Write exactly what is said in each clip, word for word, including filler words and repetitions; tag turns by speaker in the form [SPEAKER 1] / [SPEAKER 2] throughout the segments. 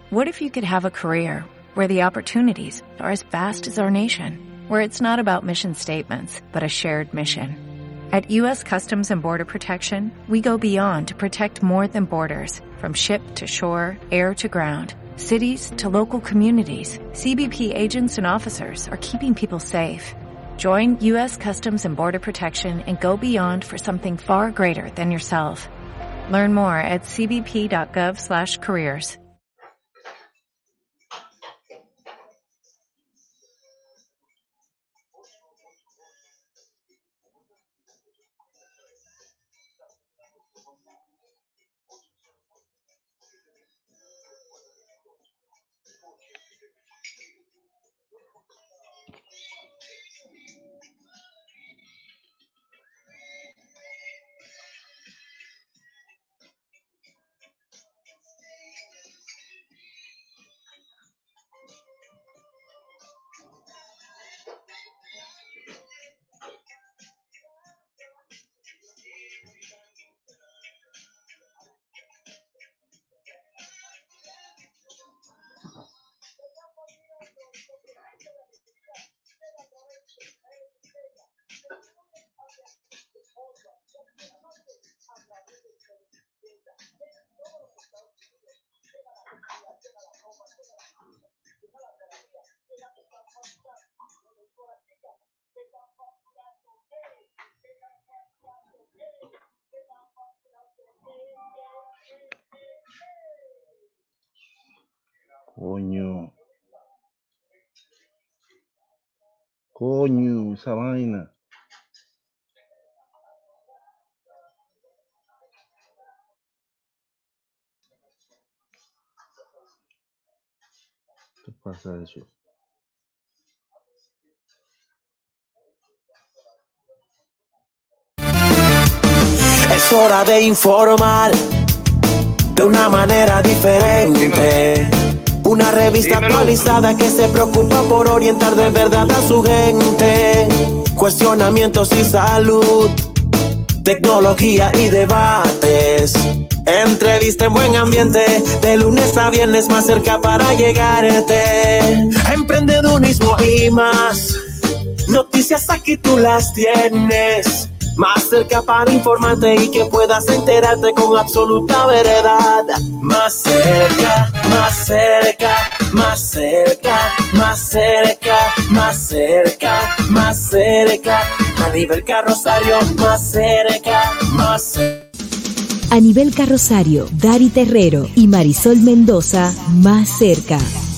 [SPEAKER 1] What if you could have a career where the opportunities are as vast as our nation, where it's not about mission statements, but a shared mission? At U S Customs and Border Protection, we go beyond to protect more than borders. From ship to shore, air to ground, cities to local communities, C B P agents and officers are keeping people safe. Join U S Customs and Border Protection and go beyond for something far greater than yourself. Learn more at c b p dot gov slash careers.
[SPEAKER 2] Coño. Coño, esa vaina. ¿Qué pasa eso?
[SPEAKER 3] Es hora de informar de una manera diferente. Una revista actualizada que se preocupa por orientar de verdad a su gente. Cuestionamientos y salud, tecnología y debates. Entrevista en buen ambiente, de lunes a viernes más cerca para llegarte. Emprendedurismo y más, noticias aquí tú las tienes. Más cerca para informarte y que puedas enterarte con absoluta veredad. Más cerca, más cerca, más cerca, más cerca, más cerca, más cerca. Anibel Carrosario, más cerca, más cerca.
[SPEAKER 4] Anibel Carrosario, Dari Terrero y Marisol Mendoza, más cerca.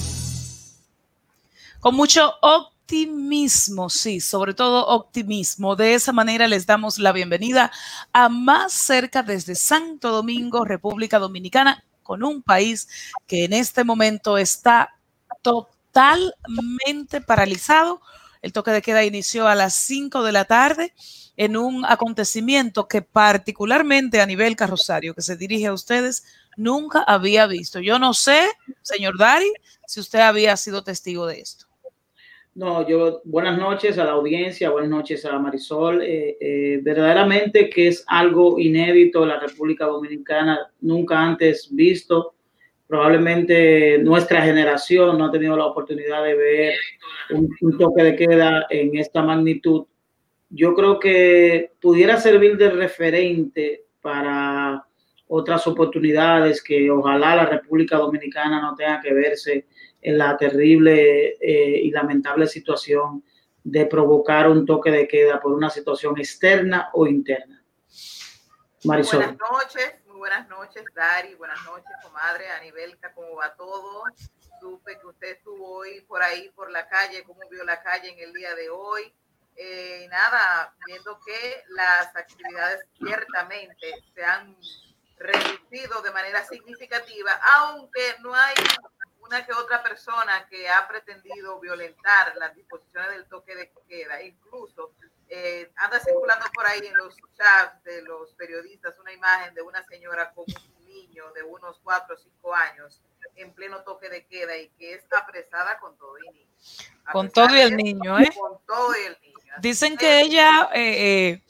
[SPEAKER 5] Con mucho optimismo, sí, sobre todo optimismo. De esa manera les damos la bienvenida a Más Cerca desde Santo Domingo, República Dominicana, con un país que en este momento está totalmente paralizado. El toque de queda inició a las cinco de la tarde en un acontecimiento que particularmente Anibel Carrosario, que se dirige a ustedes, nunca había visto. Yo no sé, señor Dari, si usted había sido testigo de esto.
[SPEAKER 6] No, yo, buenas noches a la audiencia, buenas noches a Marisol. Eh, eh, verdaderamente que es algo inédito en la República Dominicana, nunca antes visto. Probablemente nuestra generación no ha tenido la oportunidad de ver un, un toque de queda en esta magnitud. Yo creo que pudiera servir de referente para otras oportunidades que ojalá la República Dominicana no tenga que verse en la terrible eh, y lamentable situación de provocar un toque de queda por una situación externa o interna. Marisol.
[SPEAKER 7] Buenas noches, muy buenas noches, Dari, buenas noches, comadre, Anibelka, ¿cómo va todo? Supe que usted estuvo hoy por ahí, por la calle, ¿cómo vio la calle en el día de hoy? Eh, nada, viendo que las actividades ciertamente se han reducido de manera significativa, aunque no hay una que otra persona que ha pretendido violentar las disposiciones del toque de queda. Incluso eh, anda circulando por ahí en los chats de los periodistas una imagen de una señora con un niño de unos cuatro o cinco años en pleno toque de queda y que es apresada con todo y niño.
[SPEAKER 5] Con todo y el niño, ¿eh?
[SPEAKER 7] Con todo y el niño.
[SPEAKER 5] Dicen que ella eh, eh,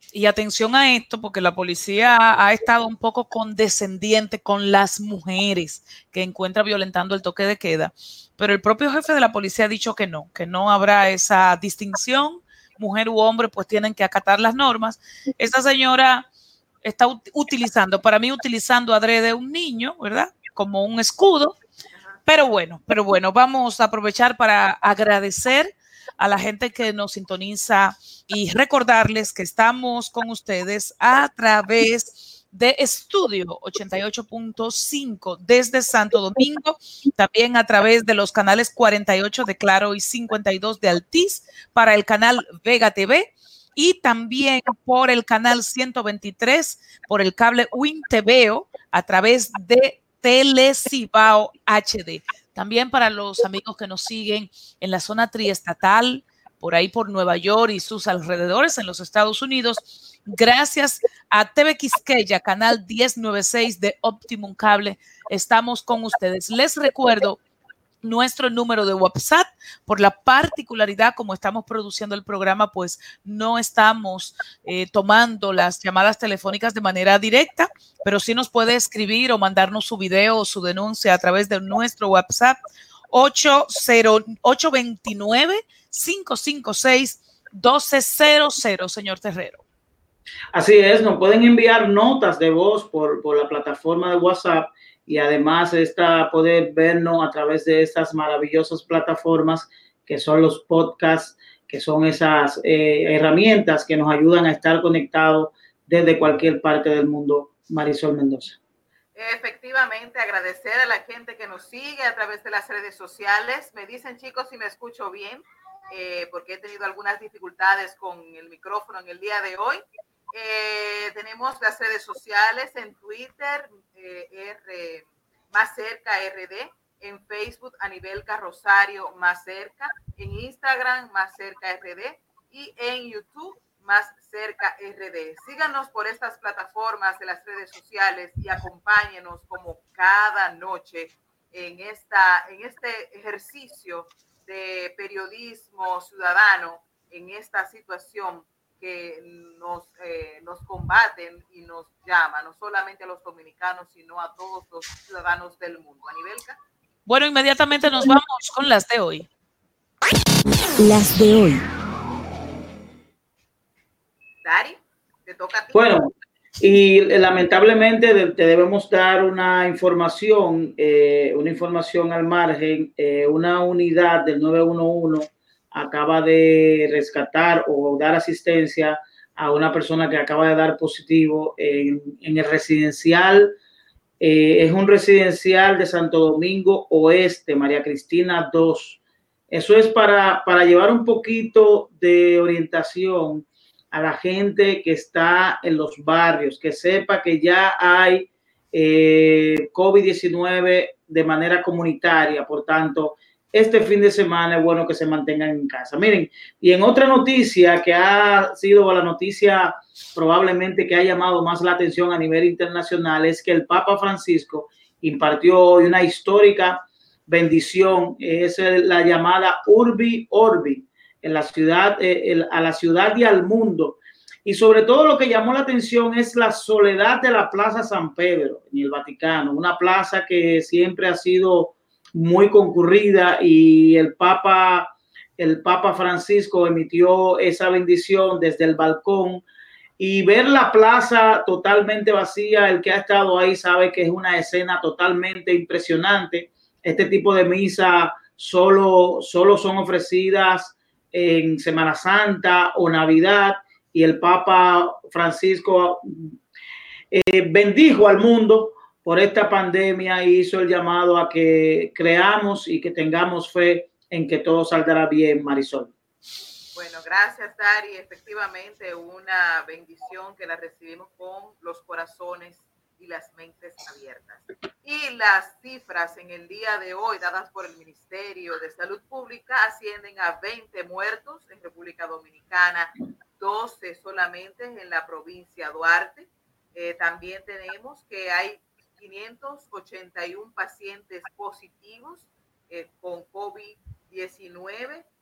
[SPEAKER 5] Y atención a esto, porque la policía ha estado un poco condescendiente con las mujeres que encuentra violentando el toque de queda, pero el propio jefe de la policía ha dicho que no, que no habrá esa distinción, mujer u hombre, pues tienen que acatar las normas. Esta señora está utilizando, para mí utilizando adrede un niño, ¿verdad? Como un escudo, pero bueno, pero bueno, vamos a aprovechar para agradecer a la gente que nos sintoniza y recordarles que estamos con ustedes a través de Estudio ochenta y ocho punto cinco desde Santo Domingo, también a través de los canales cuarenta y ocho de Claro y cincuenta y dos de Altiz para el canal Vega T V y también por el canal ciento veintitrés por el cable Win T V O a través de Telecibao H D. También para los amigos que nos siguen en la zona triestatal, por ahí por Nueva York y sus alrededores en los Estados Unidos, gracias a T V Quisqueya, canal diez noventa y seis de Optimum Cable, estamos con ustedes. Les recuerdo nuestro número de WhatsApp. Por la particularidad como estamos produciendo el programa, pues no estamos eh, tomando las llamadas telefónicas de manera directa, pero sí nos puede escribir o mandarnos su video o su denuncia a través de nuestro WhatsApp ocho cero ocho dos nueve cinco cinco seis uno dos cero cero, señor Terrero.
[SPEAKER 6] Así es, nos pueden enviar notas de voz por, por la plataforma de WhatsApp y además esta, poder vernos a través de estas maravillosas plataformas que son los podcasts, que son esas eh, herramientas que nos ayudan a estar conectados desde cualquier parte del mundo. Marisol Mendoza.
[SPEAKER 7] Efectivamente, agradecer a la gente que nos sigue a través de las redes sociales. Me dicen, chicos, si me escucho bien, eh, porque he tenido algunas dificultades con el micrófono en el día de hoy. Eh, tenemos las redes sociales en Twitter, eh, R, más cerca R D, en Facebook Anibelca Rosario más cerca, en Instagram más cerca R D y en YouTube más cerca R D. Síganos por estas plataformas de las redes sociales y acompáñenos como cada noche en, esta, en este ejercicio de periodismo ciudadano en esta situación que nos, eh, nos combaten y nos llama, no solamente a los dominicanos, sino a todos los ciudadanos del mundo. Anibelca.
[SPEAKER 5] Bueno, inmediatamente nos vamos con las de hoy.
[SPEAKER 4] Las de hoy.
[SPEAKER 7] Dari, te toca a ti.
[SPEAKER 6] Bueno, y lamentablemente te debemos dar una información, eh, una información al margen. Eh, una unidad del nueve uno uno acaba de rescatar o dar asistencia a una persona que acaba de dar positivo en, en el residencial. Eh, es un residencial de Santo Domingo Oeste, María Cristina dos. Eso es para, para llevar un poquito de orientación a la gente que está en los barrios, que sepa que ya hay eh, COVID diecinueve de manera comunitaria. Por tanto, este fin de semana es bueno que se mantengan en casa. Miren, y en otra noticia que ha sido la noticia probablemente que ha llamado más la atención a nivel internacional, es que el Papa Francisco impartió hoy una histórica bendición, es la llamada Urbi Orbi, en la ciudad, eh, el, a la ciudad y al mundo. Y sobre todo lo que llamó la atención es la soledad de la Plaza San Pedro en el Vaticano, una plaza que siempre ha sido muy concurrida, y el Papa, el Papa Francisco emitió esa bendición desde el balcón, y ver la plaza totalmente vacía, el que ha estado ahí sabe que es una escena totalmente impresionante. Este tipo de misa solo, solo son ofrecidas en Semana Santa o Navidad, y el Papa Francisco eh, bendijo al mundo por esta pandemia y hizo el llamado a que creamos y que tengamos fe en que todo saldrá bien, Marisol.
[SPEAKER 7] Bueno, gracias, Dari. Efectivamente, una bendición que la recibimos con los corazones y las mentes abiertas. Y las cifras en el día de hoy dadas por el Ministerio de Salud Pública ascienden a veinte muertos en República Dominicana, doce solamente en la provincia Duarte. Eh, también tenemos que hay quinientos ochenta y uno pacientes positivos eh, con COVID diecinueve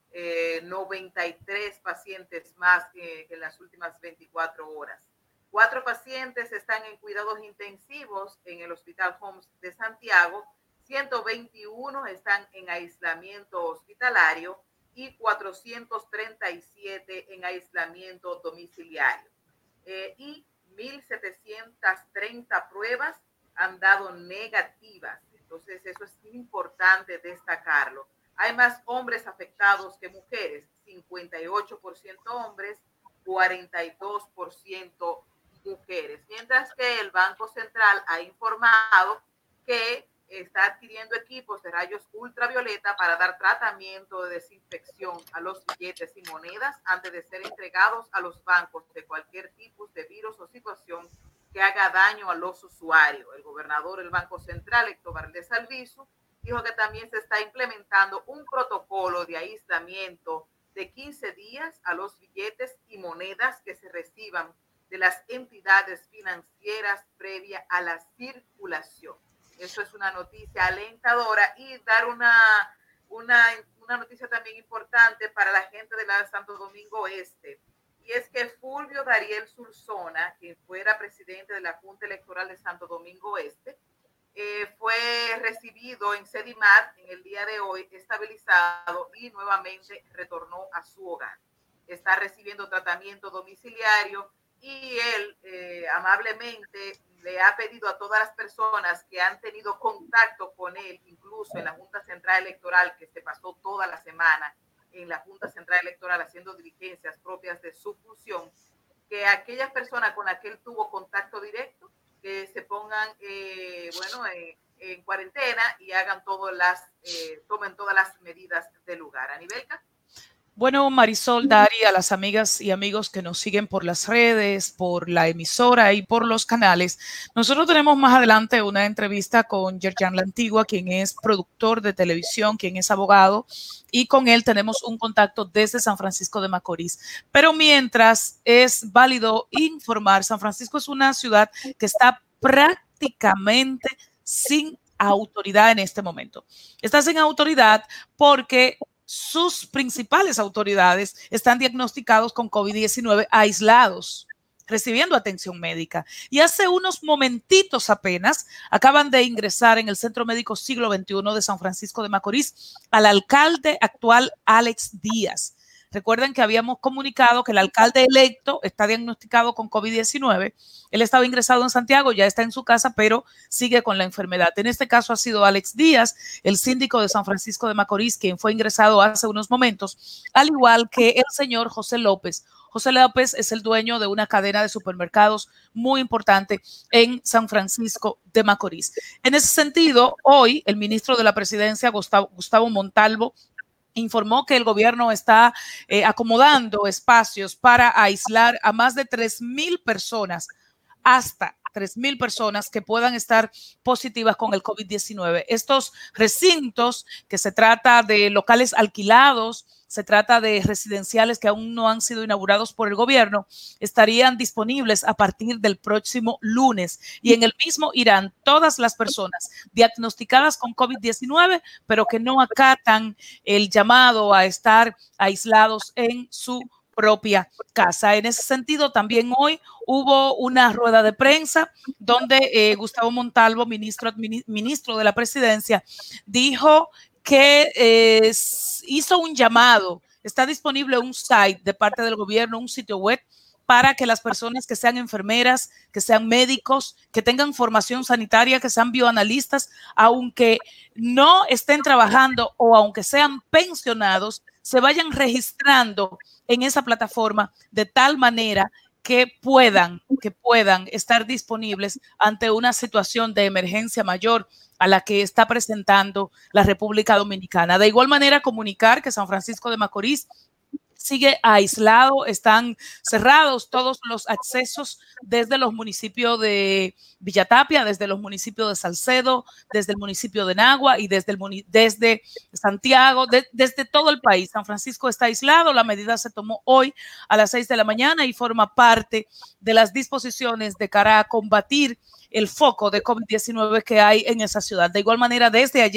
[SPEAKER 7] eh, noventa y tres pacientes más que, que en las últimas veinticuatro horas. Cuatro pacientes están en cuidados intensivos en el Hospital Homs de Santiago, ciento veintiuno están en aislamiento hospitalario y cuatrocientos treinta y siete en aislamiento domiciliario. Eh, y mil setecientas treinta pruebas han dado negativas. Entonces, eso es importante destacarlo. Hay más hombres afectados que mujeres, cincuenta y ocho por ciento hombres, cuarenta y dos por ciento mujeres. Mientras que el Banco Central ha informado que está adquiriendo equipos de rayos ultravioleta para dar tratamiento de desinfección a los billetes y monedas antes de ser entregados a los bancos de cualquier tipo de virus o situación que haga daño a los usuarios. El gobernador del Banco Central, Héctor Valdés Albizu, dijo que también se está implementando un protocolo de aislamiento de quince días a los billetes y monedas que se reciban de las entidades financieras previa a la circulación. Eso es una noticia alentadora y dar una, una, una noticia también importante para la gente de la Santo Domingo Este. Y es que Fulvio Dariel Surzona, quien fuera presidente de la Junta Electoral de Santo Domingo Este, eh, fue recibido en Sedimat en el día de hoy, estabilizado y nuevamente retornó a su hogar. Está recibiendo tratamiento domiciliario y él eh, amablemente le ha pedido a todas las personas que han tenido contacto con él, incluso en la Junta Central Electoral, que se pasó toda la semana en la Junta Central Electoral haciendo diligencias propias de su función, que aquellas personas con las que él tuvo contacto directo, que se pongan, eh, bueno, eh, en cuarentena y hagan todas las, eh, tomen todas las medidas del lugar. Anibelka.
[SPEAKER 5] Bueno, Marisol, Dari, a las amigas y amigos que nos siguen por las redes, por la emisora y por los canales, nosotros tenemos más adelante una entrevista con Yerjan La Antigua, quien es productor de televisión, quien es abogado, y con él tenemos un contacto desde San Francisco de Macorís. Pero mientras es válido informar, San Francisco es una ciudad que está prácticamente sin autoridad en este momento. Está sin autoridad porque sus principales autoridades están diagnosticados con COVID diecinueve, aislados, recibiendo atención médica. Y hace unos momentitos apenas acaban de ingresar en el Centro Médico Siglo veintiuno de San Francisco de Macorís al alcalde actual, Alex Díaz. Recuerden que habíamos comunicado que el alcalde electo está diagnosticado con COVID diecinueve. Él estaba ingresado en Santiago, ya está en su casa, pero sigue con la enfermedad. En este caso ha sido Alex Díaz, el síndico de San Francisco de Macorís, quien fue ingresado hace unos momentos, al igual que el señor José López. José López es el dueño de una cadena de supermercados muy importante en San Francisco de Macorís. En ese sentido, hoy el ministro de la Presidencia, Gustavo, Gustavo Montalvo, informó que el gobierno está eh, acomodando espacios para aislar a más de tres mil personas, hasta tres mil personas que puedan estar positivas con el COVID diecinueve. Estos recintos, que se trata de locales alquilados, se trata de residenciales que aún no han sido inaugurados por el gobierno, estarían disponibles a partir del próximo lunes. Y en el mismo irán todas las personas diagnosticadas con COVID diecinueve, pero que no acatan el llamado a estar aislados en su propia casa. En ese sentido, también hoy hubo una rueda de prensa donde eh, Gustavo Montalvo, ministro, ministro de la Presidencia, dijo que eh, hizo un llamado, está disponible un site de parte del gobierno, un sitio web, para que las personas que sean enfermeras, que sean médicos, que tengan formación sanitaria, que sean bioanalistas, aunque no estén trabajando o aunque sean pensionados, se vayan registrando en esa plataforma de tal manera que puedan, que puedan estar disponibles ante una situación de emergencia mayor a la que está presentando la República Dominicana. De igual manera, comunicar que San Francisco de Macorís sigue aislado, están cerrados todos los accesos desde los municipios de Villatapia, desde los municipios de Salcedo, desde el municipio de Nagua y desde, el, desde Santiago, de, desde todo el país. San Francisco está aislado, la medida se tomó hoy a las seis de la mañana y forma parte de las disposiciones de cara a combatir el foco de COVID diecinueve que hay en esa ciudad. De igual manera, desde ayer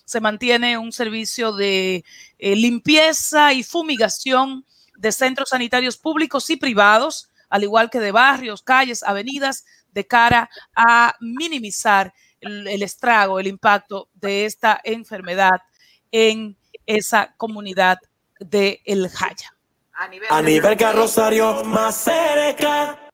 [SPEAKER 5] se mantiene un servicio de eh, limpieza y fumigación de centros sanitarios públicos y privados, al igual que de barrios, calles, avenidas, de cara a minimizar el, el estrago, el impacto de esta enfermedad en esa comunidad de El Jaya.
[SPEAKER 3] A nivel, a nivel Carrosario más cerca.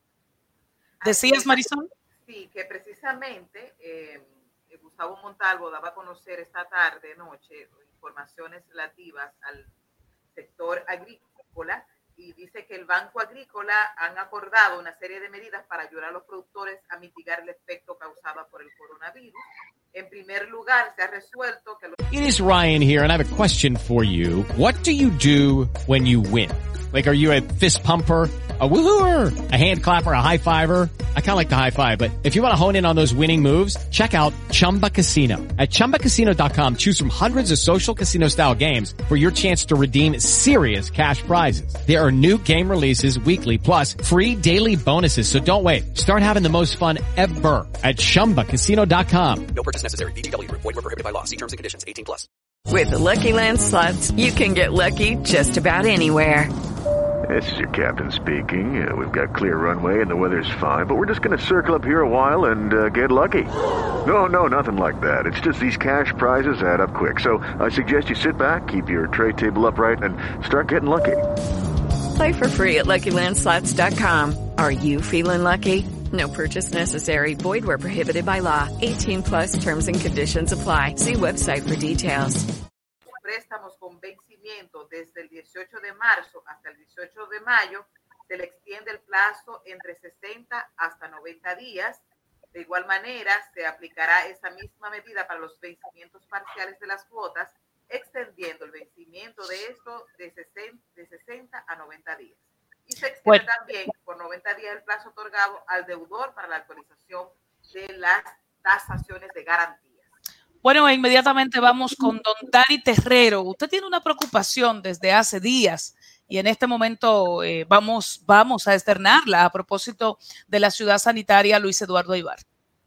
[SPEAKER 5] ¿Decías, Marisol?
[SPEAKER 7] Sí, que precisamente eh, Gustavo Montalvo daba a conocer esta tarde, noche, informaciones relativas al sector agrícola y dice que el Banco Agrícola han acordado una serie de medidas para ayudar a los productores a mitigar el efecto causado por el coronavirus. En primer lugar, se ha resuelto que los...
[SPEAKER 8] It is Ryan here, and I have a question for you. What do you do when you win? Like, are you a fist pumper, a woo-hooer, a hand clapper, a high-fiver? I kind of like the high-five, but if you want to hone in on those winning moves, check out Chumba Casino. At chumba casino dot com, choose from hundreds of social casino-style games for your chance to redeem serious cash prizes. There are new game releases weekly, plus free daily bonuses, so don't wait. Start having the most fun ever at chumba casino dot com.
[SPEAKER 9] No purchase necessary. V G W. Void where prohibited by law. See terms and conditions. eighteen plus.
[SPEAKER 10] With the Lucky Land Slots, you can get lucky just about anywhere.
[SPEAKER 11] This is your captain speaking. Uh, we've got clear runway and the weather's fine, but we're just going to circle up here a while and uh, get lucky. No, no, nothing like that. It's just these cash prizes add up quick. So I suggest you sit back, keep your tray table upright, and start getting lucky.
[SPEAKER 10] Play for free at lucky land slots dot com. Are you feeling lucky? No purchase necessary. Void where prohibited by law. eighteen plus terms and conditions apply. See website for details.
[SPEAKER 7] Préstamos con vencimiento desde el dieciocho de marzo hasta el dieciocho de mayo, se le extiende el plazo entre sesenta hasta noventa días. De igual manera, se aplicará esa misma medida para los vencimientos parciales de las cuotas, extendiendo el vencimiento de esto de sesenta, de sesenta a noventa días. Y se extiende bueno. también por noventa días el plazo otorgado al deudor para la actualización de las tasaciones de garantía.
[SPEAKER 5] Bueno, inmediatamente vamos con don Dari Terrero. Usted tiene una preocupación desde hace días y en este momento eh, vamos, vamos a externarla a propósito de la ciudad sanitaria Luis Eduardo Aybar.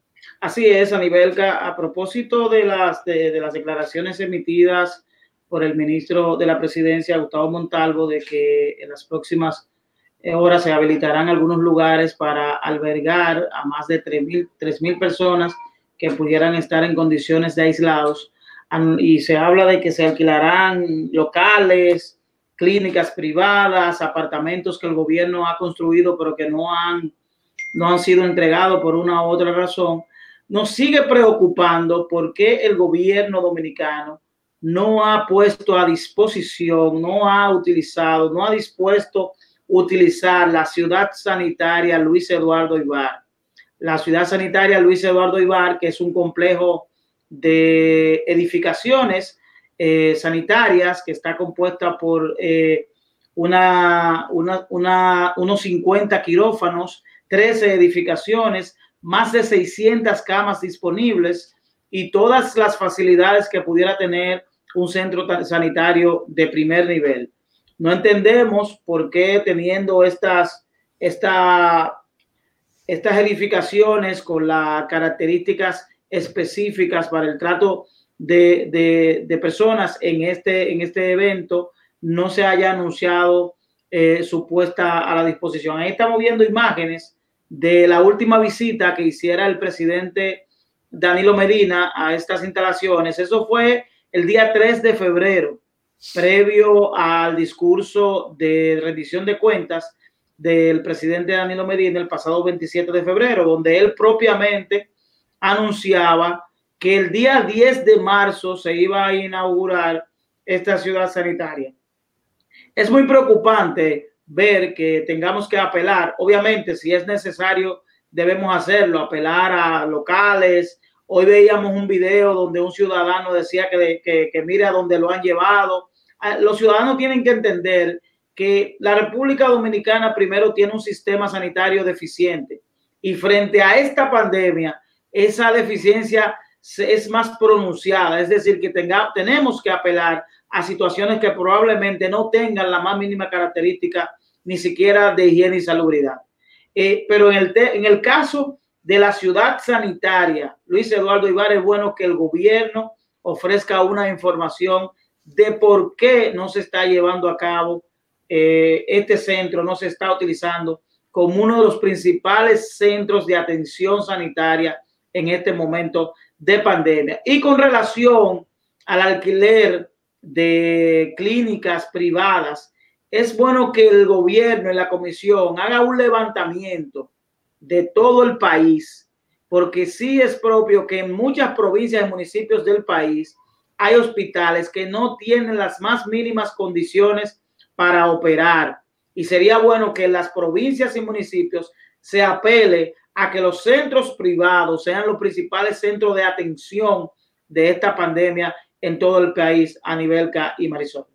[SPEAKER 6] Así es, Anibelka, a propósito de las, de, de las declaraciones emitidas por el ministro de la Presidencia, Gustavo Montalvo, de que en las próximas horas se habilitarán algunos lugares para albergar a más de tres mil personas que pudieran estar en condiciones de aislados, y se habla de que se alquilarán locales, clínicas privadas, apartamentos que el gobierno ha construido pero que no han, no han sido entregados por una u otra razón. Nos sigue preocupando porque el gobierno dominicano no ha puesto a disposición, no ha utilizado, no ha dispuesto utilizar la ciudad sanitaria Luis Eduardo Aybar. La ciudad sanitaria Luis Eduardo Aybar, que es un complejo de edificaciones eh, sanitarias que está compuesta por eh, una, una, una, unos cincuenta quirófanos, trece edificaciones, más de seiscientas camas disponibles y todas las facilidades que pudiera tener un centro sanitario de primer nivel. No entendemos por qué teniendo estas, esta, estas edificaciones con las características específicas para el trato de, de, de personas en este, en este evento no se haya anunciado eh, su puesta a la disposición. Ahí estamos viendo imágenes de la última visita que hiciera el presidente Danilo Medina a estas instalaciones. Eso fue el día tres de febrero, previo al discurso de rendición de cuentas del presidente Danilo Medina el pasado veintisiete de febrero, donde él propiamente anunciaba que el día diez de marzo se iba a inaugurar esta ciudad sanitaria. Es muy preocupante ver que tengamos que apelar, obviamente si es necesario debemos hacerlo, apelar a locales. Hoy veíamos un video donde un ciudadano decía que, que, que mire a dónde lo han llevado. Los ciudadanos tienen que entender que la República Dominicana primero tiene un sistema sanitario deficiente y frente a esta pandemia esa deficiencia es más pronunciada, es decir, que tenga, tenemos que apelar a situaciones que probablemente no tengan la más mínima característica ni siquiera de higiene y salubridad. Eh, pero en el, te, en el caso de la ciudad sanitaria Luis Eduardo Aybar, es bueno que el gobierno ofrezca una información de por qué no se está llevando a cabo eh, este centro, no se está utilizando como uno de los principales centros de atención sanitaria en este momento de pandemia. Y con relación al alquiler de clínicas privadas, es bueno que el gobierno y la comisión haga un levantamiento de todo el país, porque sí es propio que en muchas provincias y municipios del país hay hospitales que no tienen las más mínimas condiciones para operar, y sería bueno que en las provincias y municipios se apele a que los centros privados sean los principales centros de atención de esta pandemia en todo el país, Anibelka y Marisol.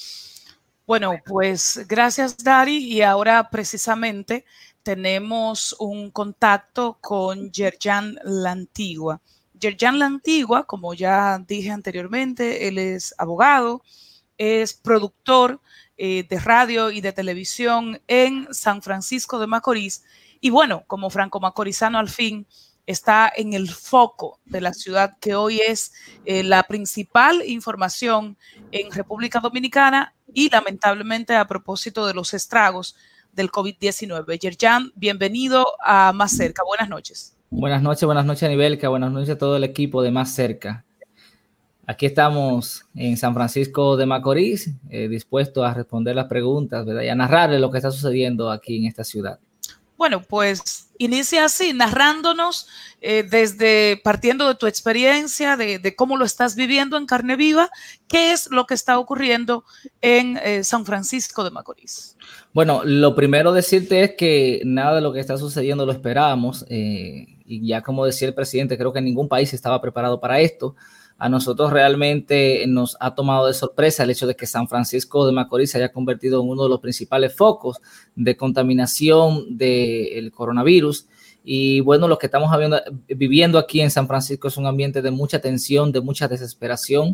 [SPEAKER 5] Bueno, pues gracias, Dari, y ahora precisamente tenemos un contacto con Yerjan Lantigua. Yerjan Lantigua, como ya dije anteriormente, él es abogado, es productor eh, de radio y de televisión en San Francisco de Macorís, y bueno, como franco-macorizano al fin, está en el foco de la ciudad, que hoy es eh, la principal información en República Dominicana y lamentablemente a propósito de los estragos del COVID diecinueve. Yerjan, bienvenido a Más Cerca. Buenas noches.
[SPEAKER 12] Buenas noches, buenas noches, Anibelka. Buenas noches a todo el equipo de Más Cerca. Aquí estamos en San Francisco de Macorís, eh, dispuestos a responder las preguntas, ¿verdad? Y a narrarles lo que está sucediendo aquí en esta ciudad.
[SPEAKER 5] Bueno, pues inicia así, narrándonos eh, desde, partiendo de tu experiencia, de, de cómo lo estás viviendo en carne viva, qué es lo que está ocurriendo en eh, San Francisco de Macorís.
[SPEAKER 12] Bueno, lo primero decirte es que nada de lo que está sucediendo lo esperábamos, eh, y ya como decía el presidente, creo que ningún país estaba preparado para esto. A nosotros realmente nos ha tomado de sorpresa el hecho de que San Francisco de Macorís se haya convertido en uno de los principales focos de contaminación del coronavirus. Y bueno, lo que estamos viviendo, viviendo aquí en San Francisco es un ambiente de mucha tensión, de mucha desesperación.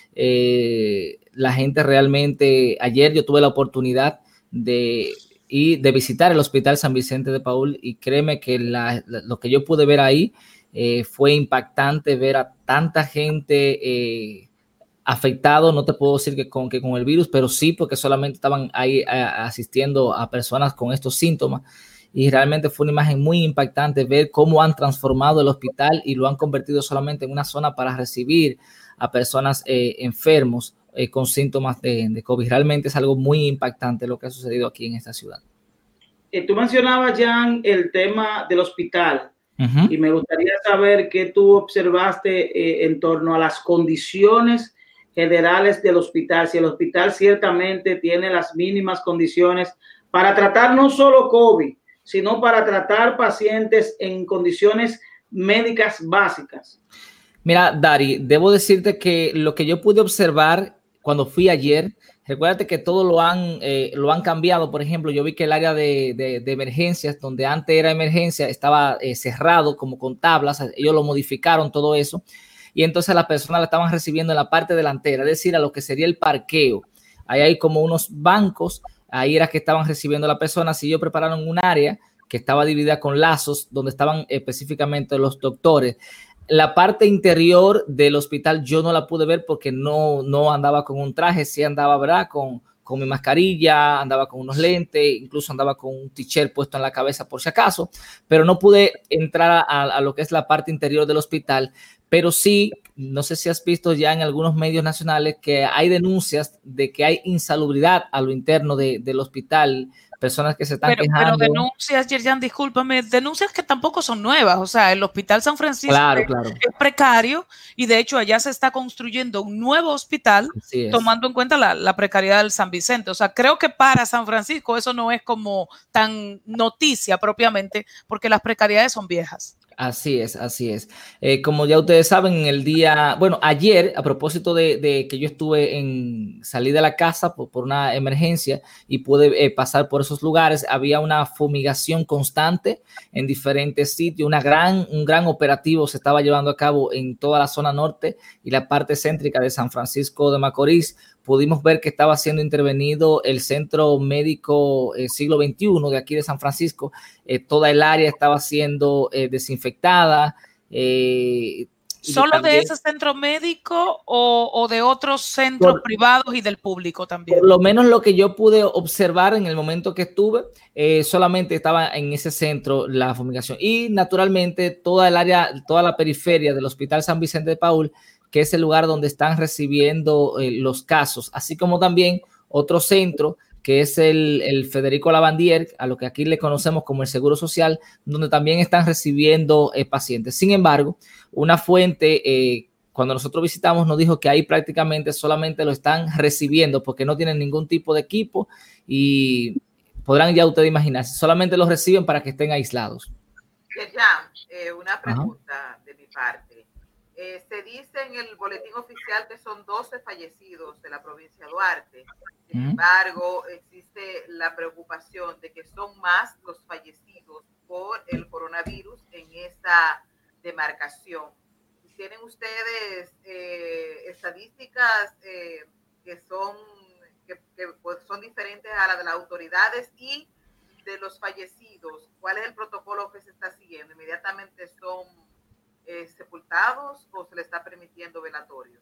[SPEAKER 12] Eh, la gente realmente, ayer yo tuve la oportunidad de, y de visitar el Hospital San Vicente de Paúl, y créeme que la, lo que yo pude ver ahí Eh, fue impactante ver a tanta gente eh, afectado. No te puedo decir que con, que con el virus, pero sí porque solamente estaban ahí a, asistiendo a personas con estos síntomas, y realmente fue una imagen muy impactante ver cómo han transformado el hospital y lo han convertido solamente en una zona para recibir a personas eh, enfermos eh, con síntomas de, de COVID. Realmente es algo muy impactante lo que ha sucedido aquí en esta ciudad.
[SPEAKER 6] Eh, tú mencionabas, Jan, el tema del hospital. Uh-huh. Y me gustaría saber qué tú observaste eh, en torno a las condiciones generales del hospital. Si el hospital ciertamente tiene las mínimas condiciones para tratar no solo COVID, sino para tratar pacientes en condiciones médicas básicas.
[SPEAKER 12] Mira, Dari, debo decirte que lo que yo pude observar cuando fui ayer, recuérdate que todo lo han, eh, lo han cambiado. Por ejemplo, yo vi que el área de, de, de emergencias, donde antes era emergencia, estaba eh, cerrado como con tablas. Ellos lo modificaron todo eso, y entonces las personas la estaban recibiendo en la parte delantera, es decir, a lo que sería el parqueo. Ahí hay como unos bancos, ahí era que estaban recibiendo a las personas, y ellos prepararon un área que estaba dividida con lazos, donde estaban específicamente los doctores. La parte interior del hospital yo no la pude ver porque no, no andaba con un traje, sí andaba, ¿verdad?, con, con mi mascarilla, andaba con unos lentes, incluso andaba con un t-shirt puesto en la cabeza por si acaso, pero no pude entrar a, a lo que es la parte interior del hospital. Pero sí, no sé si has visto ya en algunos medios nacionales que hay denuncias de que hay insalubridad a lo interno de, del hospital, personas que se están
[SPEAKER 5] pero,
[SPEAKER 12] quejando.
[SPEAKER 5] Pero denuncias, Yerjan, discúlpame, denuncias que tampoco son nuevas. O sea, el Hospital San Francisco
[SPEAKER 12] claro,
[SPEAKER 5] es,
[SPEAKER 12] claro.
[SPEAKER 5] es precario, y de hecho allá se está construyendo un nuevo hospital tomando en cuenta la, la precariedad del San Vicente. O sea, creo que para San Francisco eso no es como tan noticia propiamente, porque las precariedades son viejas.
[SPEAKER 12] Así es, así es. Eh, como ya ustedes saben, en el día, bueno, ayer, a propósito de, de que yo estuve en, salí de la casa por, por una emergencia y pude eh, pasar por esos lugares, había una fumigación constante en diferentes sitios, una gran, un gran operativo se estaba llevando a cabo en toda la zona norte y la parte céntrica de San Francisco de Macorís. Pudimos ver que estaba siendo intervenido el Centro Médico eh, Siglo veintiuno de aquí de San Francisco. Eh, toda el área estaba siendo eh, desinfectada. Eh,
[SPEAKER 5] ¿Solo
[SPEAKER 12] también,
[SPEAKER 5] de ese centro médico o, o de otros centros
[SPEAKER 12] por,
[SPEAKER 5] privados y del público también?
[SPEAKER 12] Por lo menos lo que yo pude observar en el momento que estuve, eh, solamente estaba en ese centro la fumigación. Y naturalmente toda el área, toda la periferia del Hospital San Vicente de Paúl, que es el lugar donde están recibiendo eh, los casos, así como también otro centro que es el, el Federico Lavandier, a lo que aquí le conocemos como el Seguro Social, donde también están recibiendo eh, pacientes. Sin embargo, una fuente, eh, cuando nosotros visitamos, nos dijo que ahí prácticamente solamente lo están recibiendo porque no tienen ningún tipo de equipo y podrán ya ustedes imaginarse, solamente los reciben para que estén aislados.
[SPEAKER 7] Ya, eh, una pregunta Ajá. de mi parte. Eh, se dice en el boletín oficial que son doce fallecidos de la provincia de Duarte. Sin uh-huh. embargo, existe la preocupación de que son más los fallecidos por el coronavirus en esa demarcación. ¿Tienen ustedes eh, estadísticas eh, que son que, que pues son diferentes a las de las autoridades? Y de los fallecidos, ¿cuál es el protocolo que se está siguiendo? ¿Inmediatamente son Eh, sepultados o se le está permitiendo velatorio?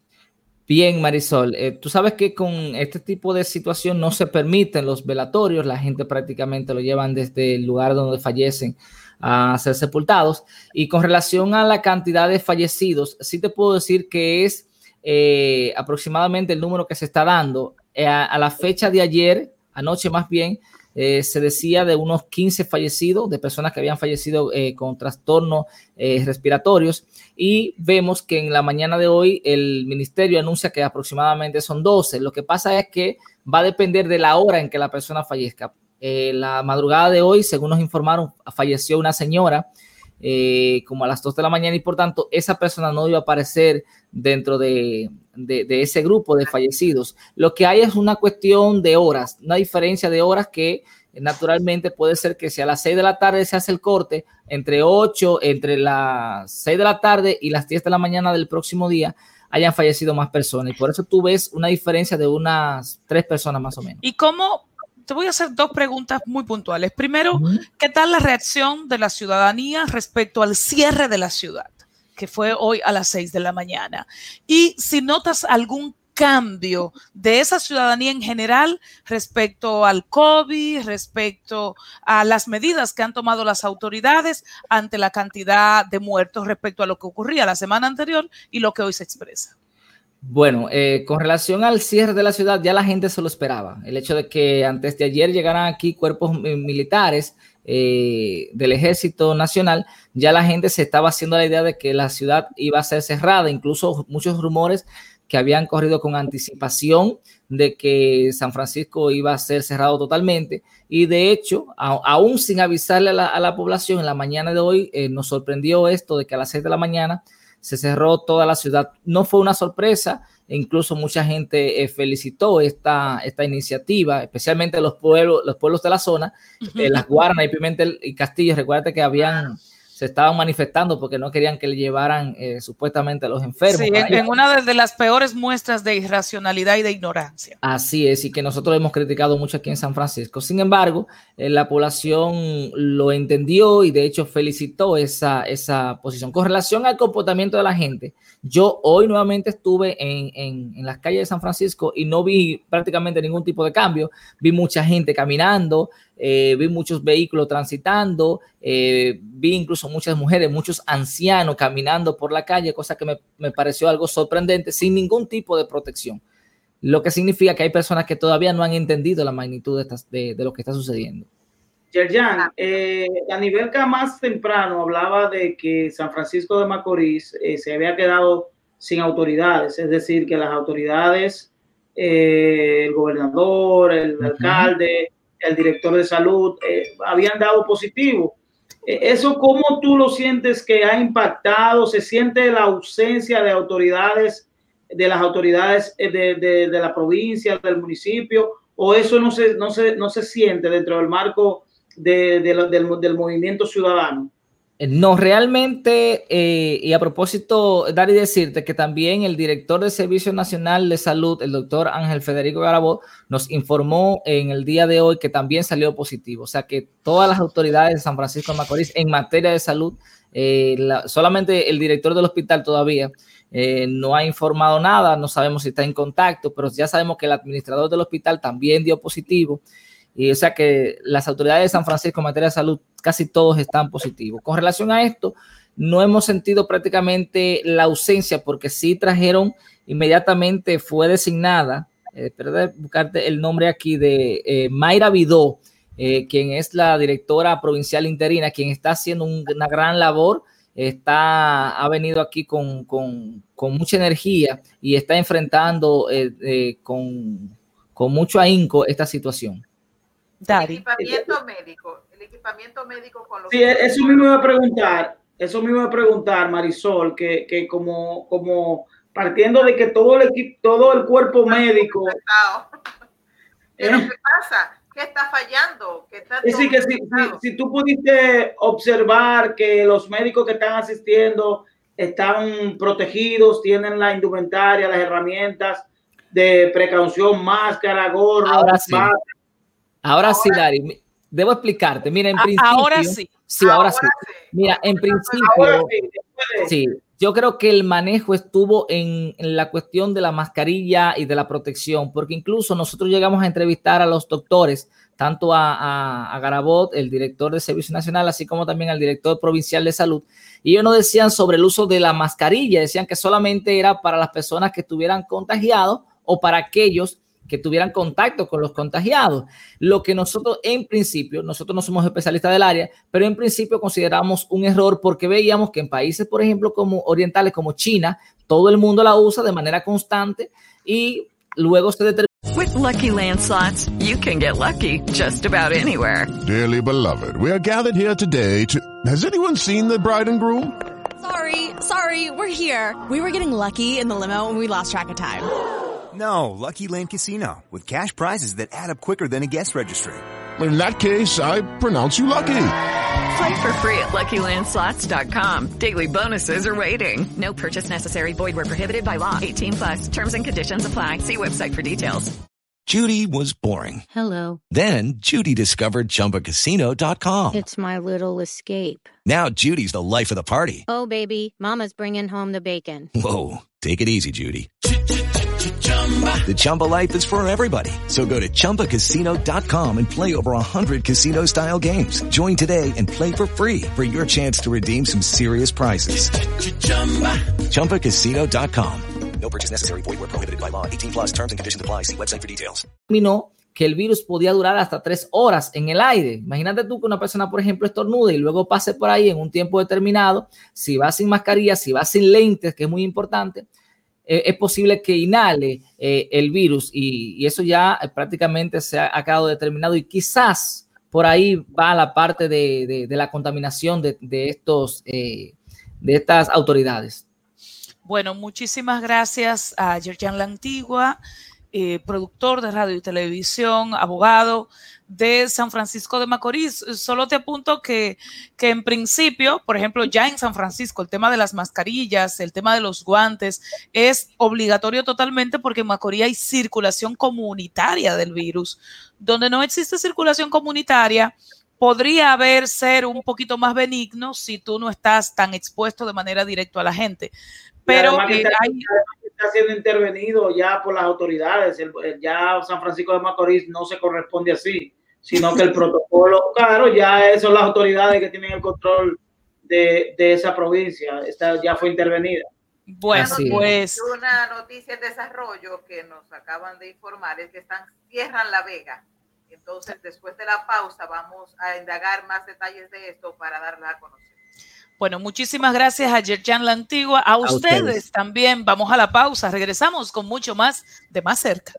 [SPEAKER 12] Bien, Marisol, eh, tú sabes que con este tipo de situación no se permiten los velatorios, la gente prácticamente lo llevan desde el lugar donde fallecen a ser sepultados. Y con relación a la cantidad de fallecidos, sí te puedo decir que es eh, aproximadamente el número que se está dando. Eh, a, a la fecha de ayer, anoche más bien, Eh, se decía de unos quince fallecidos, de personas que habían fallecido eh, con trastornos eh, respiratorios, y vemos que en la mañana de hoy el ministerio anuncia que aproximadamente son doce. Lo que pasa es que va a depender de la hora en que la persona fallezca. Eh, la madrugada de hoy, según nos informaron, falleció una señora eh, como a las dos de la mañana y por tanto esa persona no iba a aparecer dentro de, de, de ese grupo de fallecidos. Lo que hay es una cuestión de horas, una diferencia de horas que naturalmente puede ser que si a las seis de la tarde se hace el corte, entre ocho, entre las seis de la tarde y las diez de la mañana del próximo día hayan fallecido más personas. Y por eso tú ves una diferencia de unas tres personas más o menos.
[SPEAKER 5] ¿Y cómo? Te voy a hacer dos preguntas muy puntuales. Primero, uh-huh. ¿qué tal la reacción de la ciudadanía respecto al cierre de la ciudad, que fue hoy a las seis de la mañana? Y si notas algún cambio de esa ciudadanía en general respecto al COVID, respecto a las medidas que han tomado las autoridades ante la cantidad de muertos respecto a lo que ocurría la semana anterior y lo que hoy se expresa.
[SPEAKER 12] Bueno, eh, con relación al cierre de la ciudad, ya la gente se lo esperaba. El hecho de que antes de ayer llegaran aquí cuerpos militares eh, del Ejército Nacional, ya la gente se estaba haciendo la idea de que la ciudad iba a ser cerrada. Incluso muchos rumores que habían corrido con anticipación de que San Francisco iba a ser cerrado totalmente. Y de hecho, a, aún sin avisarle a la, a la población, en la mañana de hoy eh, nos sorprendió esto de que a las seis de la mañana se cerró toda la ciudad. No fue una sorpresa, e incluso mucha gente eh, felicitó esta, esta iniciativa, especialmente los pueblos, los pueblos de la zona, eh, Las Guaranas y Pimentel y Castillo. Recuerda que habían, se estaban manifestando porque no querían que le llevaran eh, supuestamente a los enfermos.
[SPEAKER 5] Sí, en, en una de, de las peores muestras de irracionalidad y de ignorancia.
[SPEAKER 12] Así es, y que nosotros hemos criticado mucho aquí en San Francisco. Sin embargo, eh, la población lo entendió y de hecho felicitó esa, esa posición. Con relación al comportamiento de la gente, yo hoy nuevamente estuve en, en, en las calles de San Francisco y no vi prácticamente ningún tipo de cambio. Vi mucha gente caminando, eh, vi muchos vehículos transitando, eh, vi incluso muchas mujeres, muchos ancianos caminando por la calle, cosa que me, me pareció algo sorprendente, sin ningún tipo de protección. Lo que significa que hay personas que todavía no han entendido la magnitud de, estas, de, de lo que está sucediendo.
[SPEAKER 6] Yerjan, eh, a nivel que más temprano hablaba de que San Francisco de Macorís eh, se había quedado sin autoridades, es decir, que las autoridades, eh, el gobernador, el uh-huh. alcalde, el director de salud, eh, habían dado positivo. Eh, ¿Eso cómo tú lo sientes que ha impactado? ¿Se siente la ausencia de autoridades, de las autoridades de, de, de la provincia, del municipio? ¿O eso no se, no se, no se siente dentro del marco de, de lo, del, del movimiento ciudadano?
[SPEAKER 12] No, realmente, eh, y a propósito, dar y decirte que también el director del Servicio Nacional de Salud, el doctor Ángel Federico Garabó, nos informó en el día de hoy que también salió positivo. O sea que todas las autoridades de San Francisco de Macorís en materia de salud Eh, la, solamente el director del hospital todavía eh, no ha informado nada, no sabemos si está en contacto, pero ya sabemos que el administrador del hospital también dio positivo. Y o sea que las autoridades de San Francisco en materia de salud, casi todos están positivos. Con relación a esto, no hemos sentido prácticamente la ausencia, porque sí trajeron inmediatamente, fue designada, eh, perdón, buscarte el nombre aquí de eh, Mayra Vidó, eh, quien es la directora provincial interina, quien está haciendo un, una gran labor, está, ha venido aquí con, con, con mucha energía y está enfrentando eh, eh, con, con mucho ahínco esta situación.
[SPEAKER 7] El equipamiento médico, el equipamiento médico con los...
[SPEAKER 6] Sí, eso mismo iba a preguntar, eso mismo iba a preguntar, Marisol, que, que como, como partiendo de que todo el equipo, todo el cuerpo médico...
[SPEAKER 7] ¿Pero qué pasa? ¿Qué está fallando? ¿Qué está
[SPEAKER 6] es decir, que si, si, si tú pudiste observar que los médicos que están asistiendo están protegidos, tienen la indumentaria, las herramientas de precaución, máscara, gorro,
[SPEAKER 12] ahora sí.
[SPEAKER 6] bata.
[SPEAKER 12] Ahora, ahora sí, Dari, debo explicarte. Mira, en principio...
[SPEAKER 5] Ahora sí.
[SPEAKER 12] Sí, ahora,
[SPEAKER 7] ahora
[SPEAKER 12] sí.
[SPEAKER 7] sí.
[SPEAKER 12] Mira, en principio...
[SPEAKER 6] Ahora sí,
[SPEAKER 12] sí, yo creo que el manejo estuvo en, en la cuestión de la mascarilla y de la protección, porque incluso nosotros llegamos a entrevistar a los doctores, tanto a, a, a Garabot, el director del Servicio Nacional, así como también al director provincial de salud, y ellos nos decían sobre el uso de la mascarilla, decían que solamente era para las personas que estuvieran contagiados o para aquellos que tuvieran contacto con los contagiados. Lo que nosotros en principio, nosotros no somos especialistas del área, pero en principio consideramos un error porque veíamos que en países, por ejemplo, como orientales, como China, todo el mundo la usa de manera constante y luego se determina.
[SPEAKER 10] With Lucky Land Slots, you can get lucky just about anywhere.
[SPEAKER 13] Dearly beloved, we are gathered here today to... Has anyone seen the bride and groom?
[SPEAKER 14] Sorry, sorry, we're here. We were getting lucky in the limo and we lost track of time.
[SPEAKER 15] No, Lucky Land Casino, with cash prizes that add up quicker than a guest registry.
[SPEAKER 13] In that case, I pronounce you lucky.
[SPEAKER 10] Play for free at Lucky Land Slots dot com. Daily bonuses are waiting. No purchase necessary. Void where prohibited by law. eighteen plus. Terms and conditions apply. See website for details.
[SPEAKER 16] Judy was boring.
[SPEAKER 17] Hello.
[SPEAKER 16] Then Judy discovered Chumba Casino dot com.
[SPEAKER 17] It's my little escape.
[SPEAKER 16] Now Judy's the life of the party.
[SPEAKER 17] Oh, baby, mama's bringing home the bacon.
[SPEAKER 16] Whoa, take it easy, Judy. The Chumba life is for everybody. So go to Chumba Casino dot com and play over one hundred casino-style games. Join today and play for free for your chance to redeem some serious prizes. Chumba Casino dot com.
[SPEAKER 9] No purchase necessary. Void where prohibited by law. eighteen plus terms and conditions apply. See website for details.
[SPEAKER 12] Terminó que el virus podía durar hasta tres horas en el aire. Imagínate tú que una persona, por ejemplo, estornude y luego pase por ahí en un tiempo determinado. Si va sin mascarilla, si va sin lentes, que es muy importante, eh, es posible que inhale eh, el virus y, y eso ya eh, prácticamente se ha, ha quedado determinado y quizás por ahí va la parte de, de, de la contaminación de, de, estos, eh, de estas autoridades.
[SPEAKER 5] Bueno, muchísimas gracias a Yerjan La Antigua, eh, productor de radio y televisión, abogado de San Francisco de Macorís. Solo te apunto que, que en principio, por ejemplo, ya en San Francisco, el tema de las mascarillas, el tema de los guantes es obligatorio totalmente porque en Macorís hay circulación comunitaria del virus. Donde no existe circulación comunitaria, podría haber ser un poquito más benigno si tú no estás tan expuesto de manera directa a la gente. Pero
[SPEAKER 6] que
[SPEAKER 5] eh,
[SPEAKER 6] está,
[SPEAKER 5] hay...
[SPEAKER 6] está siendo intervenido ya por las autoridades. El, ya San Francisco de Macorís no se corresponde así, sino que el protocolo, claro, ya son las autoridades que tienen el control de, de esa provincia. Esta ya fue intervenida.
[SPEAKER 5] Bueno,
[SPEAKER 7] Así
[SPEAKER 5] pues
[SPEAKER 7] una noticia en desarrollo que nos acaban de informar es que están cierran La Vega. Entonces, después de la pausa, vamos a indagar más detalles de esto para darla a conocer.
[SPEAKER 5] Bueno, muchísimas gracias a Yerjan La Antigua, a, a ustedes, ustedes también. Vamos a la pausa, regresamos con mucho más de Más Cerca.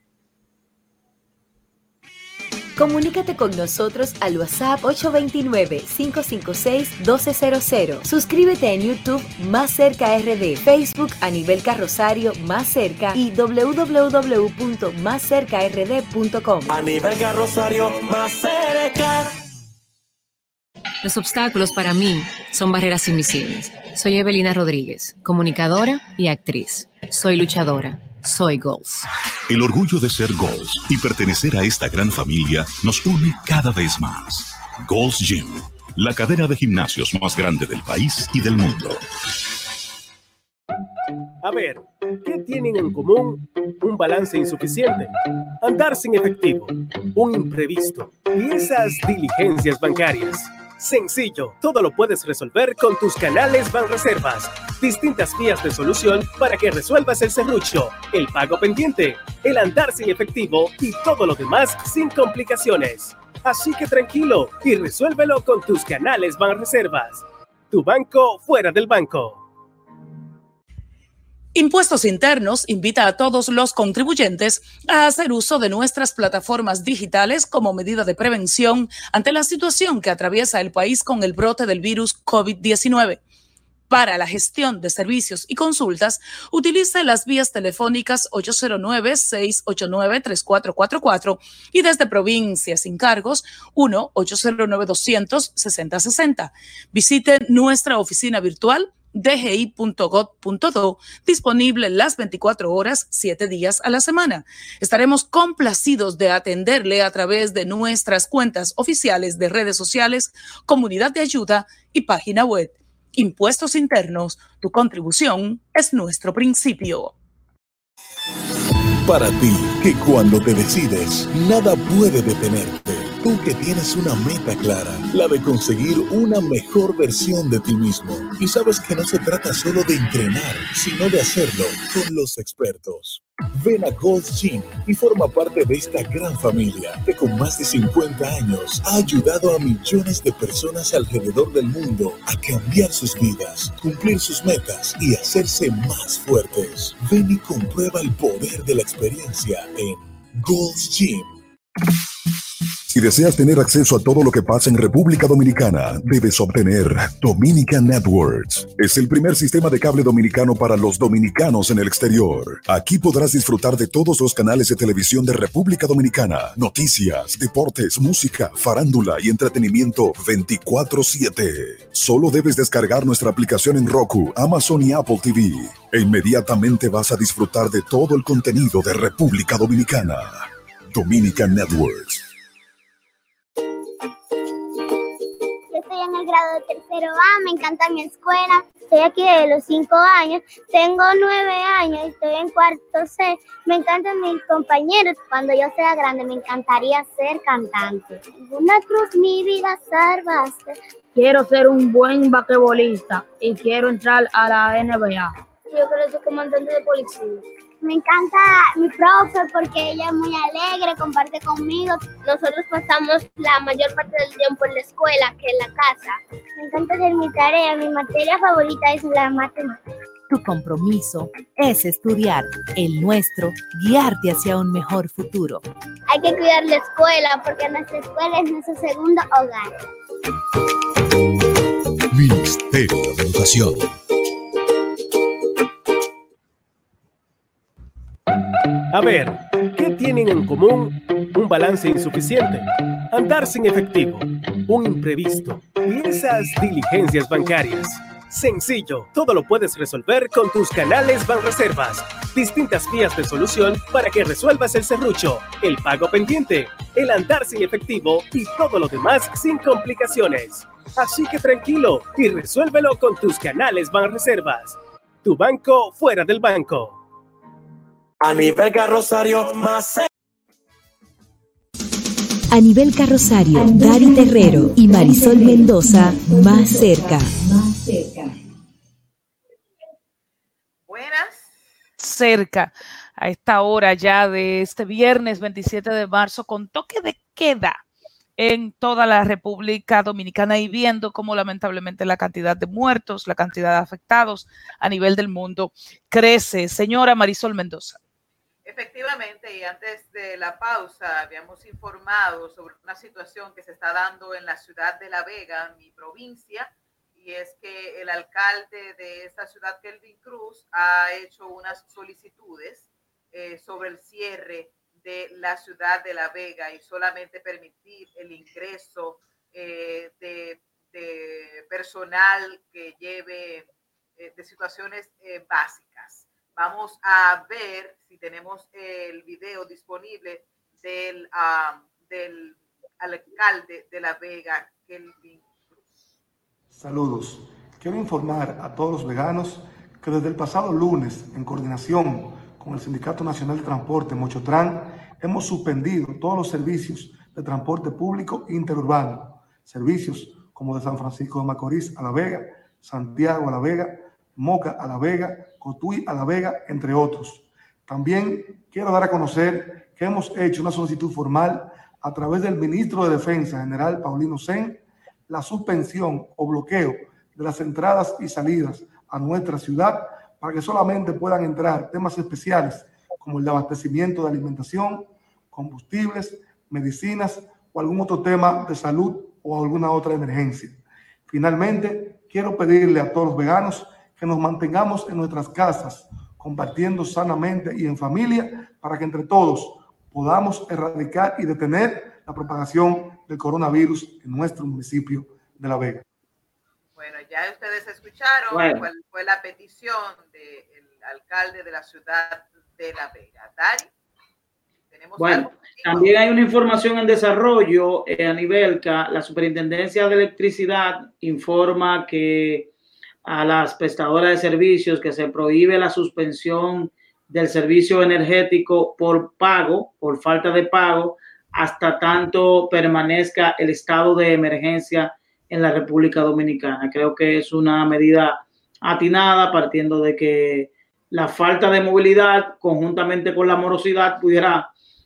[SPEAKER 4] Comunícate con nosotros al WhatsApp ocho dos nueve, cinco cinco seis, uno dos cero cero. Suscríbete en YouTube Más Cerca R D, Facebook Anibel Carrosario Más Cerca y doble u doble u doble u punto más cerca r d punto com.
[SPEAKER 3] Anibel Carrosario Más Cerca.
[SPEAKER 18] Los obstáculos para mí son barreras invisibles. Soy Evelina Rodríguez, comunicadora y actriz. Soy luchadora. Soy Goals.
[SPEAKER 19] El orgullo de ser Goals y pertenecer a esta gran familia nos une cada vez más. Goals Gym, la cadena de gimnasios más grande del país y del mundo.
[SPEAKER 20] A ver, ¿qué tienen en común? Un balance insuficiente, andar sin efectivo, un imprevisto y esas diligencias bancarias. Sencillo, todo lo puedes resolver con tus canales Banreservas. Distintas vías de solución para que resuelvas el serrucho, el pago pendiente, el andar sin efectivo y todo lo demás sin complicaciones. Así que tranquilo y resuélvelo con tus canales Banreservas. Tu banco fuera del banco.
[SPEAKER 5] Impuestos Internos invita a todos los contribuyentes a hacer uso de nuestras plataformas digitales como medida de prevención ante la situación que atraviesa el país con el brote del virus COVID diecinueve. Para la gestión de servicios y consultas, utilice las vías telefónicas ocho cero nueve, seis ocho nueve, tres cuatro cuatro cuatro y desde provincias sin cargos uno ocho cero nueve, dos cero cero, seis cero seis cero. Visite nuestra oficina virtual d g i punto gov punto do, disponible las veinticuatro horas, siete días a la semana. Estaremos complacidos de atenderle a través de nuestras cuentas oficiales de redes sociales, comunidad de ayuda y página web. Impuestos Internos, tu contribución es nuestro principio.
[SPEAKER 21] Para ti, que cuando te decides, nada puede detenerte. Tú que tienes una meta clara, la de conseguir una mejor versión de ti mismo. Y sabes que no se trata solo de entrenar, sino de hacerlo con los expertos. Ven a Gold's Gym y forma parte de esta gran familia que con más de cincuenta años ha ayudado a millones de personas alrededor del mundo a cambiar sus vidas, cumplir sus metas y hacerse más fuertes. Ven y comprueba el poder de la experiencia en Gold's Gym.
[SPEAKER 19] Si deseas tener acceso a todo lo que pasa en República Dominicana, debes obtener Dominican Networks. Es el primer sistema de cable dominicano para los dominicanos en el exterior. Aquí podrás disfrutar de todos los canales de televisión de República Dominicana, noticias, deportes, música, farándula y entretenimiento veinticuatro siete. Solo debes descargar nuestra aplicación en Roku, Amazon y Apple T V. E inmediatamente vas a disfrutar de todo el contenido de República Dominicana. Dominican Networks.
[SPEAKER 22] Estoy en el grado de tercero A, me encanta mi escuela, estoy aquí desde los cinco años, tengo nueve años, estoy en cuarto C, me encantan mis compañeros, cuando yo sea grande me encantaría ser cantante. Una cruz mi vida salvaste.
[SPEAKER 23] Quiero ser un buen basquetbolista y quiero entrar a la N B A.
[SPEAKER 22] Yo quiero ser comandante de policía. Me encanta mi profe porque ella es muy alegre, comparte conmigo. Nosotros pasamos la mayor parte del tiempo en la escuela que en la casa. Me encanta hacer mi tarea, mi materia favorita es la matemática.
[SPEAKER 24] Tu compromiso es estudiar, el nuestro, guiarte hacia un mejor futuro.
[SPEAKER 22] Hay que cuidar la escuela porque nuestra escuela es nuestro segundo hogar.
[SPEAKER 19] Ministerio de Educación.
[SPEAKER 20] A ver, ¿qué tienen en común? Un balance insuficiente, andar sin efectivo, un imprevisto y esas diligencias bancarias. Sencillo, todo lo puedes resolver con tus canales Banreservas. Distintas vías de solución para que resuelvas el serrucho, el pago pendiente, el andar sin efectivo y todo lo demás sin complicaciones. Así que tranquilo y resuélvelo con tus canales Banreservas. Tu banco fuera del banco.
[SPEAKER 3] Anibel Carrosario más.
[SPEAKER 4] Anibel Carrosario, Dari Terrero y Marisol Mendoza más cerca. Más cerca.
[SPEAKER 5] Buenas. Cerca a esta hora ya de este viernes veintisiete de marzo con toque de queda en toda la República Dominicana y viendo cómo lamentablemente la cantidad de muertos, la cantidad de afectados a nivel del mundo crece. Señora Marisol Mendoza.
[SPEAKER 7] Efectivamente, y antes de la pausa habíamos informado sobre una situación que se está dando en la ciudad de La Vega, mi provincia, y es que el alcalde de esta ciudad, Kelvin Cruz, ha hecho unas solicitudes eh, sobre el cierre de la ciudad de La Vega y solamente permitir el ingreso eh, de, de personal que lleve eh, de situaciones eh, básicas. Vamos a ver si tenemos el video disponible del, uh, del alcalde de La Vega, Kelvin Cruz.
[SPEAKER 1] Saludos. Quiero informar a todos los veganos que desde el pasado lunes, en coordinación con el Sindicato Nacional de Transporte, Mochotran, hemos suspendido todos los servicios de transporte público interurbano. Servicios como de San Francisco de Macorís a La Vega, Santiago a La Vega, Moca a La Vega, Cotuí a La Vega, entre otros. También quiero dar a conocer que hemos hecho una solicitud formal a través del ministro de Defensa, general Paulino Sen, la suspensión o bloqueo de las entradas y salidas a nuestra ciudad para que solamente puedan entrar temas especiales como el de abastecimiento de alimentación, combustibles, medicinas o algún otro tema de salud o alguna otra emergencia. Finalmente, quiero pedirle a todos los veganos que nos mantengamos en nuestras casas, compartiendo sanamente y en familia para que entre todos podamos erradicar y detener la propagación del coronavirus en nuestro municipio de La Vega.
[SPEAKER 7] Bueno, ya ustedes escucharon
[SPEAKER 6] bueno.
[SPEAKER 7] cuál fue la petición del alcalde de la ciudad de La Vega. Dari, tenemos
[SPEAKER 6] Bueno,
[SPEAKER 7] algo.
[SPEAKER 6] también hay una información en desarrollo eh, a nivel que la Superintendencia de Electricidad informa que a las prestadoras de servicios que se prohíbe la suspensión del servicio energético por pago, por falta de pago, hasta tanto permanezca el estado de emergencia en la República Dominicana. Creo que es una medida atinada, partiendo de que la falta de movilidad, conjuntamente con la morosidad, pudiera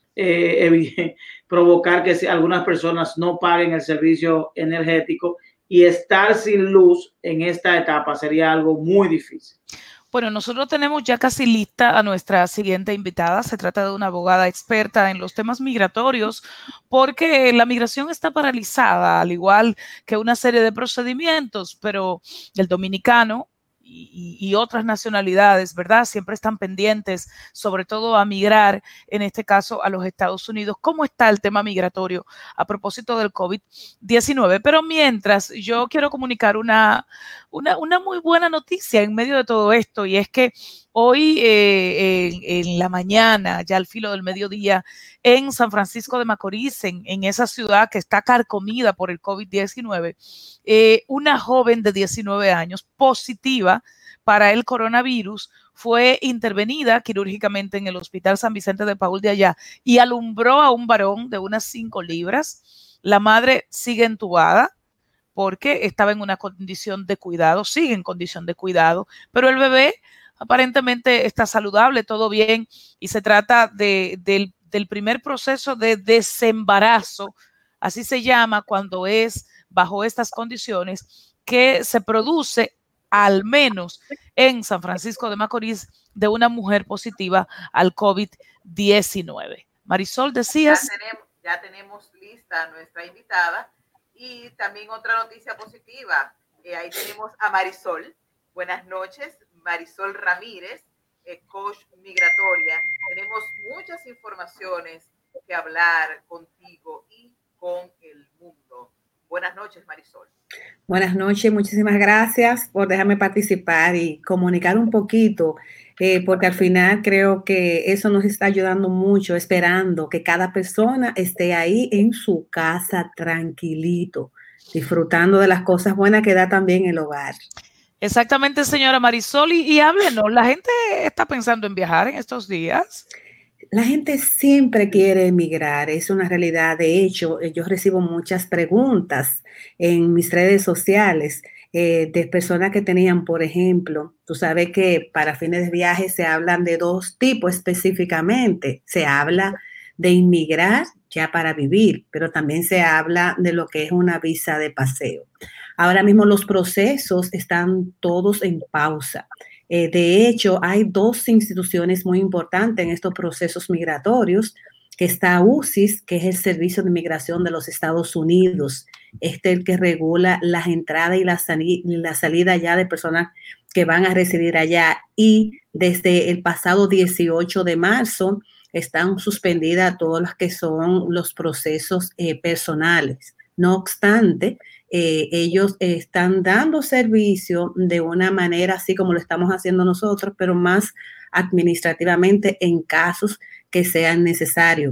[SPEAKER 6] eh, provocar que algunas personas no paguen el servicio energético, y estar sin luz en esta etapa sería algo muy difícil.
[SPEAKER 5] Bueno, nosotros tenemos ya casi lista a nuestra siguiente invitada. Se trata de una abogada experta en los temas migratorios, porque la migración está paralizada, al igual que una serie de procedimientos, pero el dominicano y, y otras nacionalidades, ¿verdad?, siempre están pendientes, sobre todo a migrar, en este caso a los Estados Unidos. ¿Cómo está el tema migratorio a propósito del COVID diecinueve? Pero mientras, yo quiero comunicar una, una, una muy buena noticia en medio de todo esto, y es que hoy eh, en, en la mañana, ya al filo del mediodía, en San Francisco de Macorís, en, en esa ciudad que está carcomida por el COVID diecinueve, eh, una joven de diecinueve años positiva para el coronavirus fue intervenida quirúrgicamente en el Hospital San Vicente de Paúl de allá y alumbró a un varón de unas cinco libras. La madre sigue entubada porque estaba en una condición de cuidado, sigue en condición de cuidado, pero el bebé aparentemente está saludable, todo bien, y se trata de, del, del primer proceso de desembarazo, así se llama cuando es bajo estas condiciones, que se produce al menos en San Francisco de Macorís de una mujer positiva al COVID diecinueve. Marisol, decías.
[SPEAKER 7] Ya tenemos, ya tenemos lista a nuestra invitada, y también otra noticia positiva. Eh, ahí tenemos a Marisol. Buenas noches, Marisol Ramírez, eh, coach migratoria. Tenemos muchas informaciones que hablar contigo y con el mundo. Buenas noches, Marisol.
[SPEAKER 2] Buenas noches, muchísimas gracias por dejarme participar y comunicar un poquito, eh, porque al final creo que eso nos está ayudando mucho, esperando que cada persona esté ahí en su casa tranquilito, disfrutando de las cosas buenas que da también el hogar.
[SPEAKER 5] Exactamente, señora Marisol, y, y háblenos, ¿la gente está pensando en viajar en estos días?
[SPEAKER 2] La gente siempre quiere emigrar, es una realidad. De hecho, yo recibo muchas preguntas en mis redes sociales eh, de personas que tenían, por ejemplo, tú sabes que para fines de viaje se hablan de dos tipos específicamente. Se habla de inmigrar ya para vivir, pero también se habla de lo que es una visa de paseo. Ahora mismo los procesos están todos en pausa. Eh, de hecho, hay dos instituciones muy importantes en estos procesos migratorios, que está U C I S, que es el Servicio de Migración de los Estados Unidos. Este es el que regula las entradas y la, sali- y la salida ya de personas que van a residir allá. Y desde el pasado dieciocho de marzo están suspendidas todos los que son los procesos eh, personales. No obstante, Eh, ellos eh, están dando servicio de una manera así como lo estamos haciendo nosotros, pero más administrativamente en casos que sean necesarios.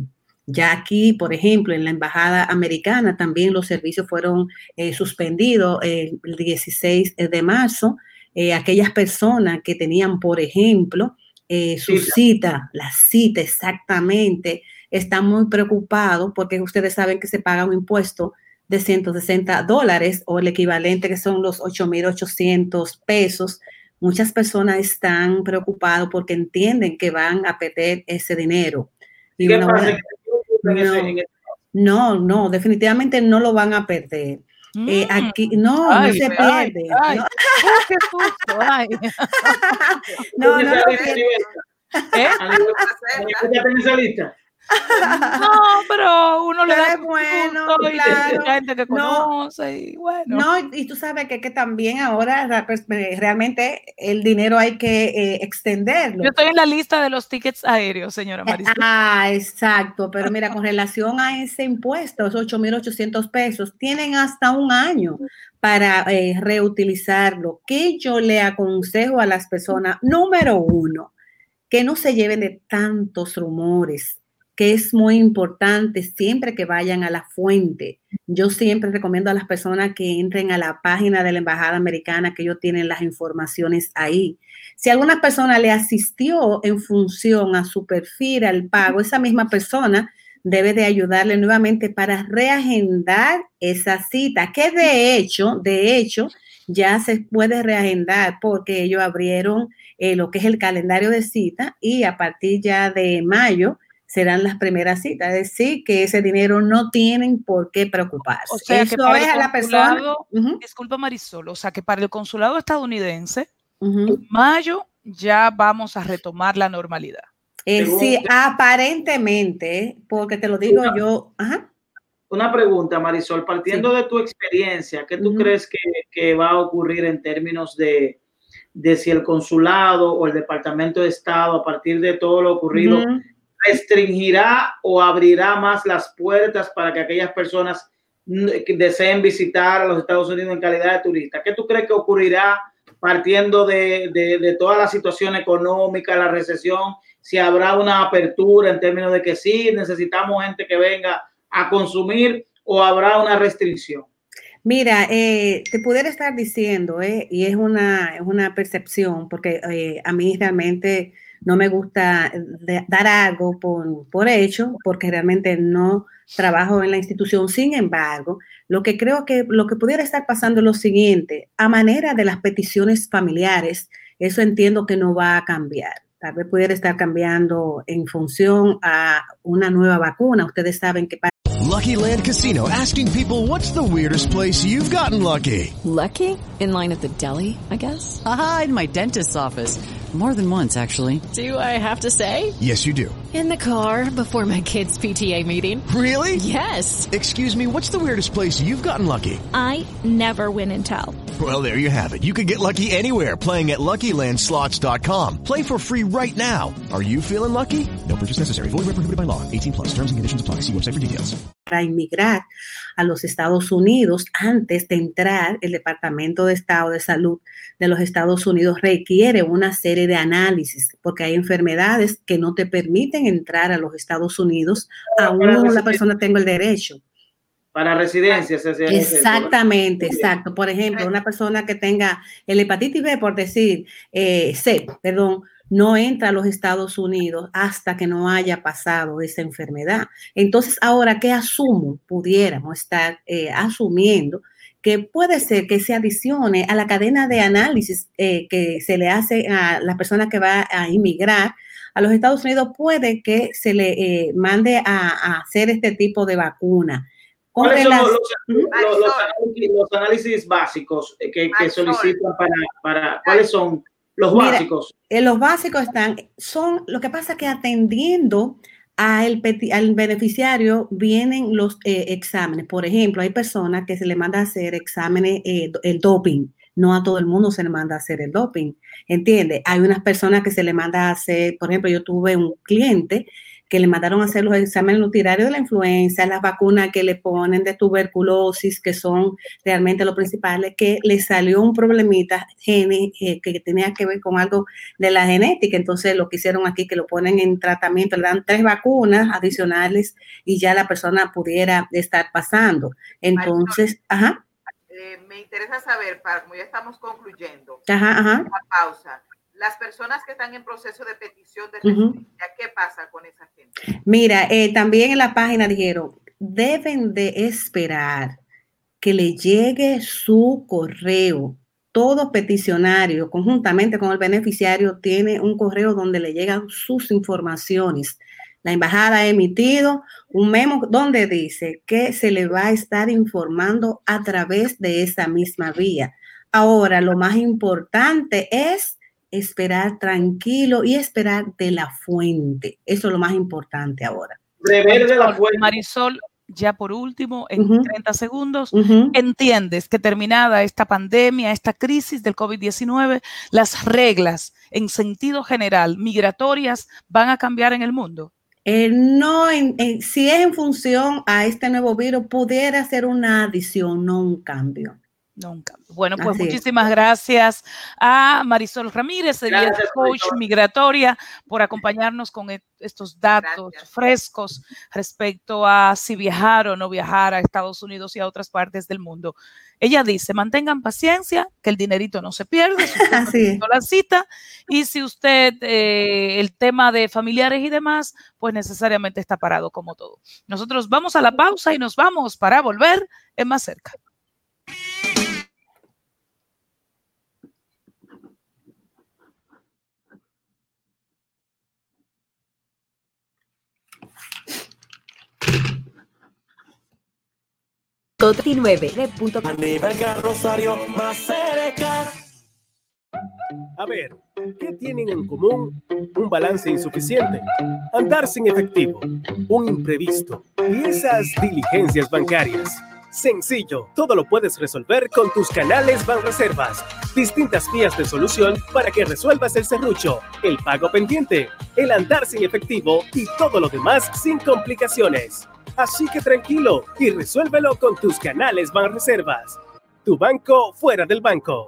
[SPEAKER 2] Ya aquí, por ejemplo, en la Embajada Americana también los servicios fueron eh, suspendidos eh, el dieciséis de marzo. Eh, aquellas personas que tenían, por ejemplo, eh, su cita. cita, la cita exactamente, están muy preocupados porque ustedes saben que se paga un impuesto de ciento sesenta dólares o el equivalente que son los ocho mil ochocientos pesos. Muchas personas están preocupadas porque entienden que van a perder ese dinero. Y
[SPEAKER 6] ¿Qué
[SPEAKER 2] una
[SPEAKER 6] pasa?
[SPEAKER 2] buena, no, no, no, definitivamente no lo van a perder. Mm. Eh, aquí no,
[SPEAKER 5] ay,
[SPEAKER 2] no se
[SPEAKER 5] ay,
[SPEAKER 2] pierde.
[SPEAKER 5] Ay,
[SPEAKER 2] no.
[SPEAKER 5] Oh, qué susto, ay.
[SPEAKER 2] no, no, no lo pierde.
[SPEAKER 5] ¿Eh?
[SPEAKER 6] ¿Ya tenés esa lista?
[SPEAKER 5] No, pero uno le da
[SPEAKER 2] bueno,
[SPEAKER 5] gusto y
[SPEAKER 2] claro.
[SPEAKER 5] de gente que
[SPEAKER 2] No,
[SPEAKER 5] conoce y bueno.
[SPEAKER 2] No, y tú sabes que, que también ahora pues, realmente el dinero hay que eh, extenderlo.
[SPEAKER 5] Yo estoy en la lista de los tickets aéreos, señora Marisol.
[SPEAKER 2] Ah, exacto, pero mira, con relación a ese impuesto, esos ocho mil ochocientos pesos, tienen hasta un año para eh, reutilizarlo. ¿Qué yo le aconsejo a las personas? Número uno, que no se lleven de tantos rumores, que es muy importante siempre que vayan a la fuente. Yo siempre recomiendo a las personas que entren a la página de la Embajada Americana, que ellos tienen las informaciones ahí. Si alguna persona le asistió en función a su perfil, al pago, esa misma persona debe de ayudarle nuevamente para reagendar esa cita, que de hecho, de hecho, ya se puede reagendar porque ellos abrieron eh, lo que es el calendario de cita y a partir ya de mayo serán las primeras citas, es decir, que ese dinero no tienen por qué preocuparse.
[SPEAKER 5] O sea,
[SPEAKER 2] Eso
[SPEAKER 5] que para
[SPEAKER 2] es
[SPEAKER 5] el
[SPEAKER 2] a la persona.
[SPEAKER 5] Uh-huh. Disculpa, Marisol, o sea, que para el consulado estadounidense, uh-huh. en mayo ya vamos a retomar la normalidad.
[SPEAKER 2] Eh, sí, aparentemente, porque te lo digo
[SPEAKER 6] una,
[SPEAKER 2] yo. Ajá.
[SPEAKER 6] Una pregunta, Marisol, partiendo sí. de tu experiencia, ¿qué tú uh-huh. crees que, que va a ocurrir en términos de, de si el consulado o el Departamento de Estado, a partir de todo lo ocurrido, uh-huh. restringirá o abrirá más las puertas para que aquellas personas que deseen visitar a los Estados Unidos en calidad de turista? ¿Qué tú crees que ocurrirá partiendo de, de, de toda la situación económica, la recesión? Si habrá una apertura en términos de que sí, necesitamos gente que venga a consumir, o habrá una restricción.
[SPEAKER 2] Mira, eh, te pudiera estar diciendo, eh, y es una, es una percepción, porque eh, a mí realmente no me gusta de, dar algo por, por hecho, porque realmente no trabajo en la institución. Sin embargo, lo que creo que lo que pudiera estar pasando es lo siguiente: a manera de las peticiones familiares, eso entiendo que no va a cambiar. Tal vez pudiera estar cambiando en función a una nueva vacuna. Ustedes saben que...
[SPEAKER 16] Lucky Land Casino, asking people, what's the weirdest place you've gotten lucky?
[SPEAKER 8] Lucky? In line at the deli, I guess?
[SPEAKER 11] Aha, in my dentist's office. More than once, actually.
[SPEAKER 8] Do I have to say?
[SPEAKER 16] Yes, you do.
[SPEAKER 8] In the car before my kids' P T A meeting.
[SPEAKER 16] Really?
[SPEAKER 8] Yes.
[SPEAKER 16] Excuse me, what's the weirdest place you've gotten lucky?
[SPEAKER 14] I never win and tell.
[SPEAKER 16] Well, there you have it. You can get lucky anywhere, playing at Lucky Land Slots dot com. Play for free right now. Are you feeling lucky? No purchase necessary. Void where prohibited by law. eighteen plus. Terms and conditions apply. See website for details.
[SPEAKER 2] Para inmigrar a los Estados Unidos, antes de entrar, el Departamento de Estado de Salud de los Estados Unidos requiere una serie de análisis, porque hay enfermedades que no te permiten entrar a los Estados Unidos, aún la persona tenga el derecho.
[SPEAKER 6] Para residencias.
[SPEAKER 2] Exactamente, exacto. Por ejemplo, una persona que tenga el hepatitis B, por decir, eh, C, perdón, no entra a los Estados Unidos hasta que no haya pasado esa enfermedad. Entonces, ahora, ¿qué asumo? Pudiéramos estar eh, asumiendo que puede ser que se adicione a la cadena de análisis eh, que se le hace a la persona que va a inmigrar a los Estados Unidos, puede que se le eh, mande a, a hacer este tipo de vacuna.
[SPEAKER 6] ¿Cuáles son los, los, los, los, análisis, los análisis básicos que, que solicitan para, para, cuáles son los básicos?
[SPEAKER 2] Mira, eh, los básicos están, son, lo que pasa que atendiendo a el, al beneficiario vienen los eh, exámenes. Por ejemplo, hay personas que se le manda a hacer exámenes, eh, el doping, no a todo el mundo se le manda a hacer el doping, ¿entiendes? Hay unas personas que se le manda a hacer, por ejemplo, yo tuve un cliente que le mandaron a hacer los exámenes nutriarios de la influenza, las vacunas que le ponen de tuberculosis, que son realmente lo principal, que le salió un problemita gene, eh, que tenía que ver con algo de la genética. Entonces lo que hicieron aquí, que lo ponen en tratamiento, le dan tres vacunas adicionales y ya la persona pudiera estar pasando. Entonces, Marisol, ajá.
[SPEAKER 7] Eh, me interesa saber, para como ya estamos concluyendo,
[SPEAKER 2] ajá, ajá.
[SPEAKER 7] una pausa. Las personas que están en proceso de petición de residencia, uh-huh. ¿qué pasa con esa gente?
[SPEAKER 2] Mira, eh, también en la página dijeron, deben de esperar que le llegue su correo. Todo peticionario, conjuntamente con el beneficiario, tiene un correo donde le llegan sus informaciones. La embajada ha emitido un memo donde dice que se le va a estar informando a través de esa misma vía. Ahora, lo más importante es esperar tranquilo y esperar de la fuente. Eso es lo más importante ahora.
[SPEAKER 5] Rever de la fuente. Marisol, ya por último, en uh-huh. treinta segundos, uh-huh. ¿entiendes que terminada esta pandemia, esta crisis del COVID diecinueve, las reglas en sentido general migratorias van a cambiar en el mundo?
[SPEAKER 2] Eh, no, en, en, si es en función a este nuevo virus, pudiera ser una adición, no un cambio.
[SPEAKER 5] Nunca. Bueno, pues Así muchísimas es. gracias a Marisol Ramírez, ella es coach Marisol. migratoria, por acompañarnos con estos datos gracias. frescos respecto a si viajar o no viajar a Estados Unidos y a otras partes del mundo. Ella dice, mantengan paciencia, que el dinerito no se pierde, si usted no la cita, y si usted, eh, el tema de familiares y demás, pues necesariamente está parado como todo. Nosotros vamos a la pausa y nos vamos para volver en Más Cerca.
[SPEAKER 3] Aníbal Carrosario, Más Cerca.
[SPEAKER 20] A ver, ¿qué tienen en común? Un balance insuficiente, andar sin efectivo, un imprevisto y esas diligencias bancarias. Sencillo, todo lo puedes resolver con tus canales Banreservas. Distintas vías de solución para que resuelvas el serrucho, el pago pendiente, el andar sin efectivo y todo lo demás sin complicaciones. Así que tranquilo y resuélvelo con tus canales Banreservas. Tu banco fuera del banco.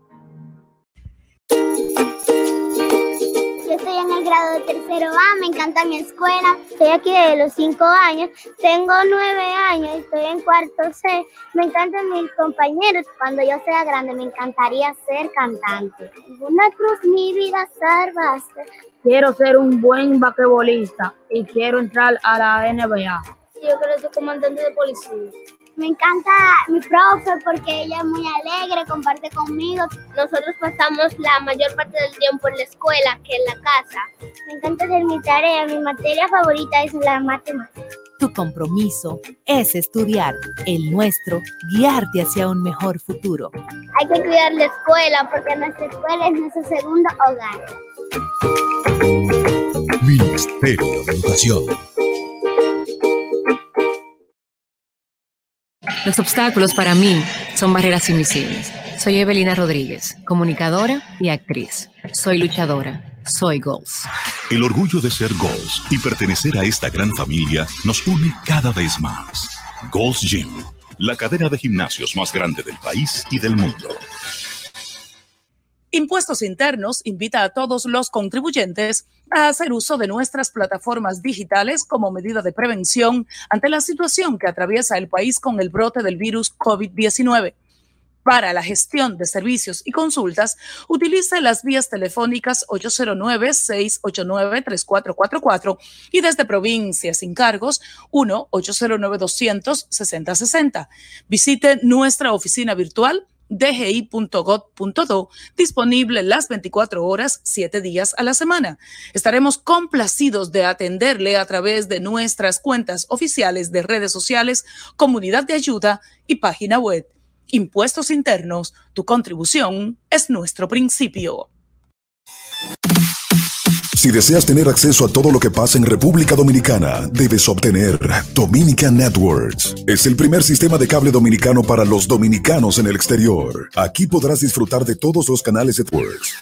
[SPEAKER 22] Yo estoy en el grado de tercero A, me encanta mi escuela. Estoy aquí desde los cinco años, tengo nueve años, estoy en cuarto C. Me encantan mis compañeros. Cuando yo sea grande me encantaría ser cantante. Una cruz mi vida salvaste.
[SPEAKER 23] Quiero ser un buen basquetbolista y quiero entrar a la N B A.
[SPEAKER 22] Yo quiero ser comandante de policía. Me encanta mi profe porque ella es muy alegre, comparte conmigo. Nosotros pasamos la mayor parte del tiempo en la escuela que en la casa. Me encanta hacer mi tarea, mi materia favorita es la matemática.
[SPEAKER 24] Tu compromiso es estudiar, el nuestro, guiarte hacia un mejor futuro.
[SPEAKER 22] Hay que cuidar la escuela porque nuestra escuela es nuestro segundo hogar.
[SPEAKER 19] Ministerio de Educación.
[SPEAKER 18] Los obstáculos para mí son barreras invisibles. Soy Evelina Rodríguez, comunicadora y actriz. Soy luchadora. Soy Goals.
[SPEAKER 19] El orgullo de ser Goals y pertenecer a esta gran familia nos une cada vez más. Goals Gym, la cadena de gimnasios más grande del país y del mundo.
[SPEAKER 5] Impuestos Internos invita a todos los contribuyentes a hacer uso de nuestras plataformas digitales como medida de prevención ante la situación que atraviesa el país con el brote del virus COVID diecinueve. Para la gestión de servicios y consultas, utilice las vías telefónicas ocho cero nueve, seis ocho nueve, tres cuatro cuatro cuatro y desde provincias sin cargos uno ocho cero nueve, doscientos, sesenta sesenta. Visite nuestra oficina virtual d g i punto gov punto do, disponible las veinticuatro horas, siete días a la semana. Estaremos complacidos de atenderle a través de nuestras cuentas oficiales de redes sociales, comunidad de ayuda y página web. Impuestos Internos, tu contribución es nuestro principio.
[SPEAKER 19] Si deseas tener acceso a todo lo que pasa en República Dominicana, debes obtener Dominican Networks. Es el primer sistema de cable dominicano para los dominicanos en el exterior. Aquí podrás disfrutar de todos los canales Networks.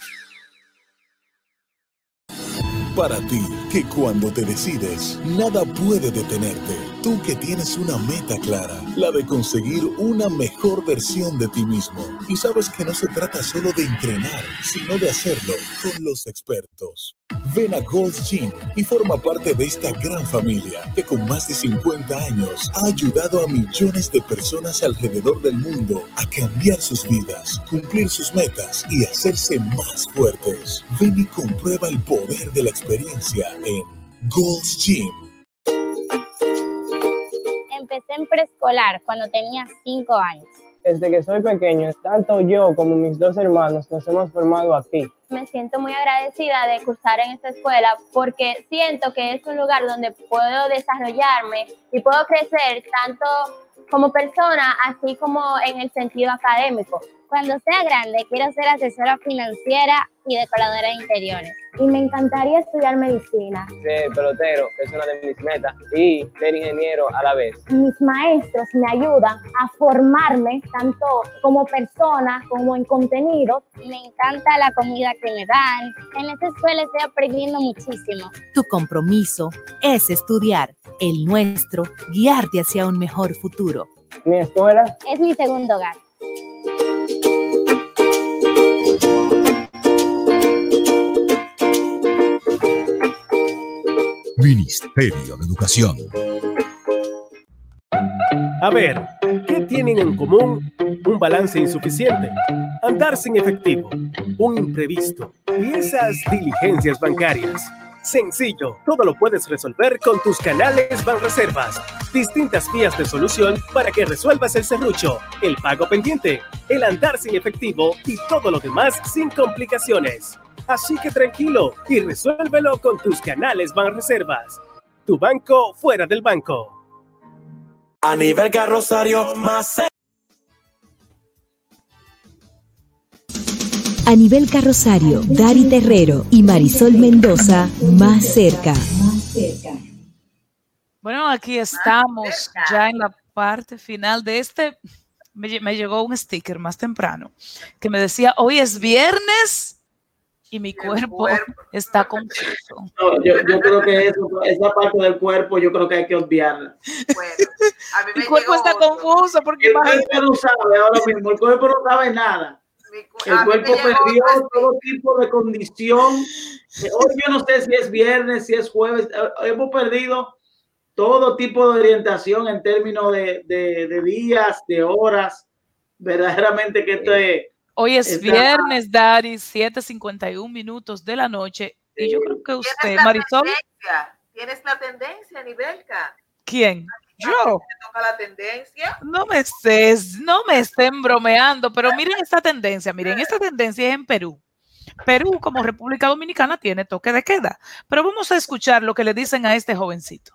[SPEAKER 21] Para ti, que cuando te decides, nada puede detenerte. Tú que tienes una meta clara, la de conseguir una mejor versión de ti mismo. Y sabes que no se trata solo de entrenar, sino de hacerlo con los expertos. Ven a Gold's Gym y forma parte de esta gran familia que con más de cincuenta años ha ayudado a millones de personas alrededor del mundo a cambiar sus vidas, cumplir sus metas y hacerse más fuertes. Ven y comprueba el poder de la experiencia en Gold's Gym.
[SPEAKER 22] Empecé en preescolar cuando tenía cinco años.
[SPEAKER 10] Desde que soy pequeño, tanto yo como mis dos hermanos nos hemos formado aquí.
[SPEAKER 22] Me siento muy agradecida de cursar en esta escuela porque siento que es un lugar donde puedo desarrollarme y puedo crecer tanto como persona, así como en el sentido académico. Cuando sea grande, quiero ser asesora financiera y decoradora de interiores. Y me encantaría estudiar medicina.
[SPEAKER 10] Ser pelotero, que es una de mis metas, y ser ingeniero a la vez.
[SPEAKER 22] Mis maestros me ayudan a formarme tanto como persona como en contenido. Me encanta la comida que me dan. En esta escuela estoy aprendiendo muchísimo.
[SPEAKER 24] Tu compromiso es estudiar, el nuestro, guiarte hacia un mejor futuro.
[SPEAKER 10] Mi escuela
[SPEAKER 22] es mi segundo hogar.
[SPEAKER 13] Ministerio de Educación.
[SPEAKER 20] A ver, ¿qué tienen en común? Un balance insuficiente, andar sin efectivo, un imprevisto y esas diligencias bancarias. Sencillo, todo lo puedes resolver con tus canales Banreservas. Distintas vías de solución para que resuelvas el serrucho, el pago pendiente, el andar sin efectivo y todo lo demás sin complicaciones. Así que tranquilo y resuélvelo con tus canales Banreservas. Tu banco fuera del banco.
[SPEAKER 3] A nivel Carrosario más.
[SPEAKER 4] A nivel Carrosario, Dari Terrero y Marisol Mendoza, más cerca.
[SPEAKER 5] Bueno, aquí estamos ya en la parte final de este. Me, me llegó un sticker más temprano que me decía, hoy es viernes y mi cuerpo, cuerpo. está confuso.
[SPEAKER 6] No, yo, yo creo que eso, esa parte del cuerpo yo creo que hay que obviarla.
[SPEAKER 7] Bueno, a mí me
[SPEAKER 5] mi cuerpo está otro. confuso porque
[SPEAKER 6] el cuerpo no sabe ahora mismo, el cuerpo no sabe nada. El cuerpo perdió todo tipo de condición. Hoy yo no sé si es viernes, si es jueves. Hemos perdido todo tipo de orientación en términos de, de, de días, de horas. Verdaderamente que esto es...
[SPEAKER 5] Hoy es está... viernes, Dari, siete cincuenta y un minutos de la noche. Sí. Y yo creo que usted, Marisol...
[SPEAKER 7] Tendencia? ¿Tienes la tendencia, Nivelka?
[SPEAKER 5] ¿Quién? Yo.
[SPEAKER 7] ¿Te toca la tendencia?
[SPEAKER 5] No me estés, no me estén bromeando, pero miren esta tendencia, miren, esta tendencia es en Perú. Perú, como República Dominicana, tiene toque de queda. Pero vamos a escuchar lo que le dicen a este jovencito.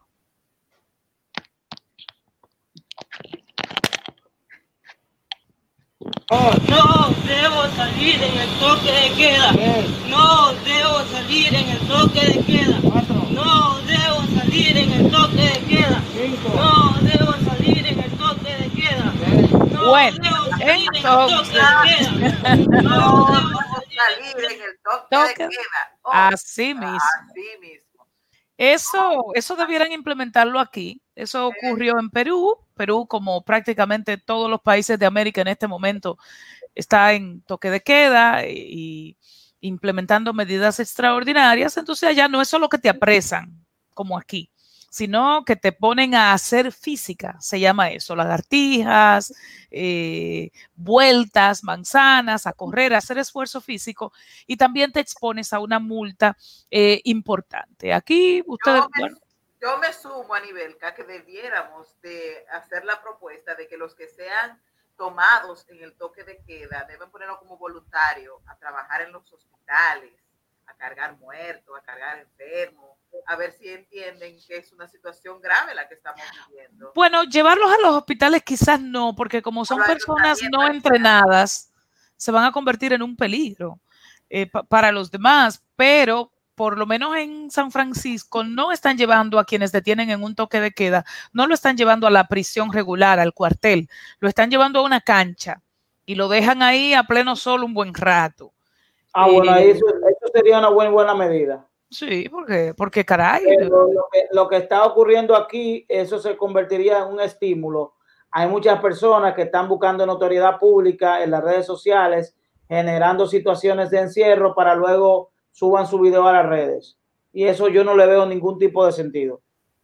[SPEAKER 15] Oh, no debo salir en el toque de queda. No debo salir en el toque de queda. No debo salir en el toque de queda. No debo salir en el toque de queda. No
[SPEAKER 5] bueno,
[SPEAKER 15] debo salir
[SPEAKER 5] entonces,
[SPEAKER 15] en el toque de queda. No debo
[SPEAKER 7] salir en el toque de queda. Oh,
[SPEAKER 5] así mismo.
[SPEAKER 7] Así mismo.
[SPEAKER 5] Eso, eso debieran implementarlo aquí. Eso ocurrió en Perú. Perú, como prácticamente todos los países de América en este momento, está en toque de queda y implementando medidas extraordinarias. Entonces allá no es solo que te apresan, como aquí, sino que te ponen a hacer física, se llama eso, lagartijas, eh, vueltas, manzanas, a correr, a hacer esfuerzo físico, y también te expones a una multa eh, importante. Aquí ustedes...
[SPEAKER 7] Yo me,
[SPEAKER 5] bueno,
[SPEAKER 7] yo me sumo a Nivelka que debiéramos de hacer la propuesta de que los que sean tomados en el toque de queda deben ponerlo como voluntario a trabajar en los hospitales, a cargar muertos, a cargar enfermos, a ver si entienden que es una situación grave la que estamos viviendo.
[SPEAKER 5] Bueno, llevarlos a los hospitales quizás no, porque como son Pero personas no entrenadas, se van a convertir en un peligro eh, pa para los demás, pero por lo menos en San Francisco, no están llevando a quienes detienen en un toque de queda, no lo están llevando a la prisión regular, al cuartel, lo están llevando a una cancha y lo dejan ahí a pleno sol un buen rato.
[SPEAKER 6] Ah,
[SPEAKER 5] eh,
[SPEAKER 6] bueno, eso, eso sería una buena, buena medida.
[SPEAKER 5] Sí, porque, porque caray.
[SPEAKER 6] Pero lo, que, lo que está ocurriendo aquí, eso se convertiría en un estímulo. Hay muchas personas que están buscando notoriedad pública en las redes sociales, generando situaciones de encierro para luego suban su video a las redes. Y eso yo no le veo ningún tipo de sentido.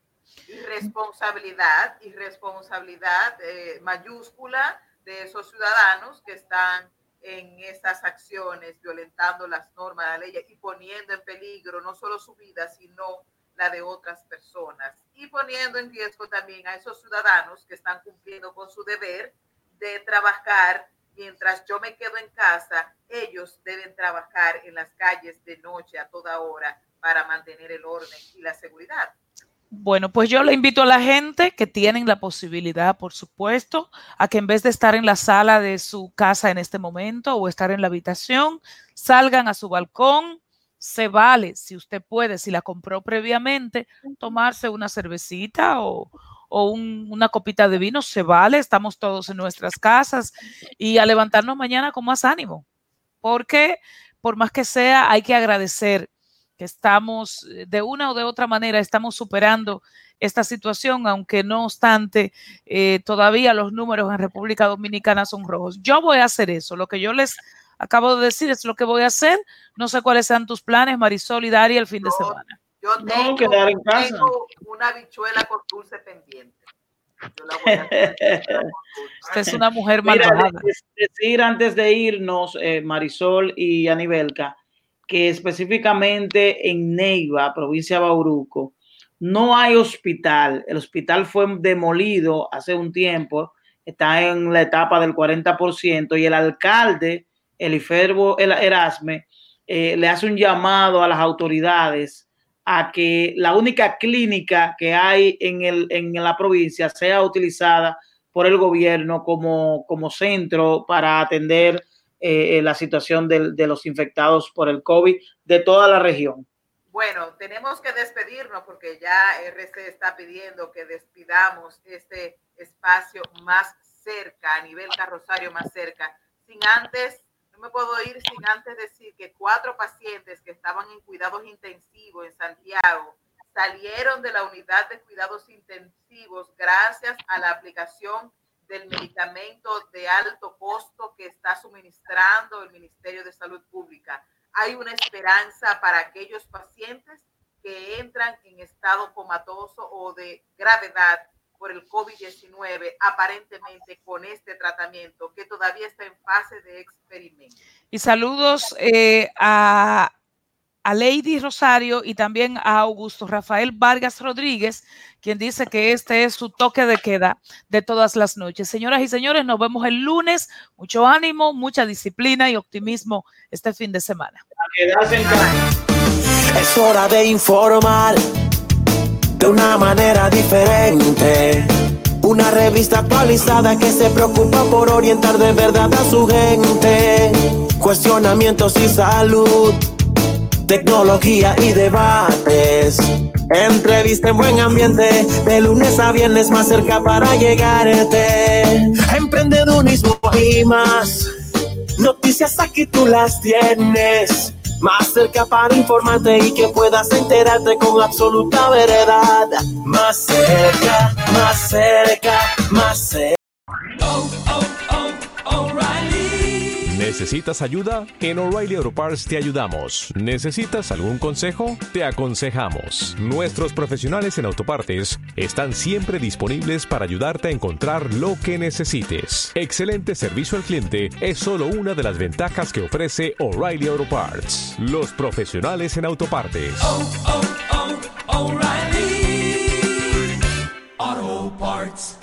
[SPEAKER 7] Irresponsabilidad, irresponsabilidad eh, mayúscula de esos ciudadanos que están en estas acciones, violentando las normas de la ley y poniendo en peligro no solo su vida, sino la de otras personas. Y poniendo en riesgo también a esos ciudadanos que están cumpliendo con su deber de trabajar. Mientras yo me quedo en casa, ellos deben trabajar en las calles de noche a toda hora para mantener el orden y la seguridad.
[SPEAKER 5] Bueno, pues yo le invito a la gente que tienen la posibilidad, por supuesto, a que en vez de estar en la sala de su casa en este momento o estar en la habitación, salgan a su balcón. Se vale, si usted puede, si la compró previamente, tomarse una cervecita o... o un, una copita de vino, se vale, estamos todos en nuestras casas y a levantarnos mañana con más ánimo, porque por más que sea, hay que agradecer que estamos, de una o de otra manera, estamos superando esta situación, aunque no obstante, eh, todavía los números en República Dominicana son rojos. Yo voy a hacer eso, lo que yo les acabo de decir es lo que voy a hacer, no sé cuáles sean tus planes, Marisol y Dari, el fin de semana.
[SPEAKER 7] Yo tengo,
[SPEAKER 6] no, quedar en casa.
[SPEAKER 7] tengo una habichuela con dulce pendiente. Yo la voy a hacer.
[SPEAKER 5] Usted es una mujer
[SPEAKER 6] Mira,
[SPEAKER 5] malvada.
[SPEAKER 6] decir antes de irnos, eh, Marisol y Anibelka, que específicamente en Neiva, provincia de Bauruco, no hay hospital. El hospital fue demolido hace un tiempo, está en la etapa del cuarenta por ciento y el alcalde, Eliferbo Erasme, eh, le hace un llamado a las autoridades a que la única clínica que hay en, el, en la provincia sea utilizada por el gobierno como, como centro para atender eh, la situación de, de los infectados por el COVID de toda la región.
[SPEAKER 7] Bueno, tenemos que despedirnos porque ya R C está pidiendo que despidamos este espacio más cerca, a nivel Carrosario más cerca, sin antes... No me puedo ir sin antes decir que cuatro pacientes que estaban en cuidados intensivos en Santiago salieron de la unidad de cuidados intensivos gracias a la aplicación del medicamento de alto costo que está suministrando el Ministerio de Salud Pública. Hay una esperanza para aquellos pacientes que entran en estado comatoso o de gravedad por el COVID diecinueve, aparentemente con este tratamiento que todavía está en fase de experimento.
[SPEAKER 5] Y saludos eh, a, a Lady Rosario y también a Augusto Rafael Vargas Rodríguez, quien dice que este es su toque de queda de todas las noches. Señoras y señores, nos vemos el lunes. Mucho ánimo, mucha disciplina y optimismo este fin de semana.
[SPEAKER 3] Es hora de informar de una manera diferente. Una revista actualizada que se preocupa por orientar de verdad a su gente. Cuestionamientos y salud, tecnología y debates. Entrevista en buen ambiente, de lunes a viernes más cerca para llegarte. Emprendedurismo y más, noticias aquí tú las tienes. Más cerca para informarte y que puedas enterarte con absoluta veredad. Más cerca, más cerca, más cerca.
[SPEAKER 1] Oh, oh, oh, O'Reilly. ¿Necesitas ayuda? En O'Reilly Auto Parts te ayudamos. ¿Necesitas algún consejo? Te aconsejamos. Nuestros profesionales en autopartes están siempre disponibles para ayudarte a encontrar lo que necesites. Excelente servicio al cliente es solo una de las ventajas que ofrece O'Reilly Auto Parts. Los profesionales en autopartes. Oh, oh, oh, O'Reilly Auto Parts.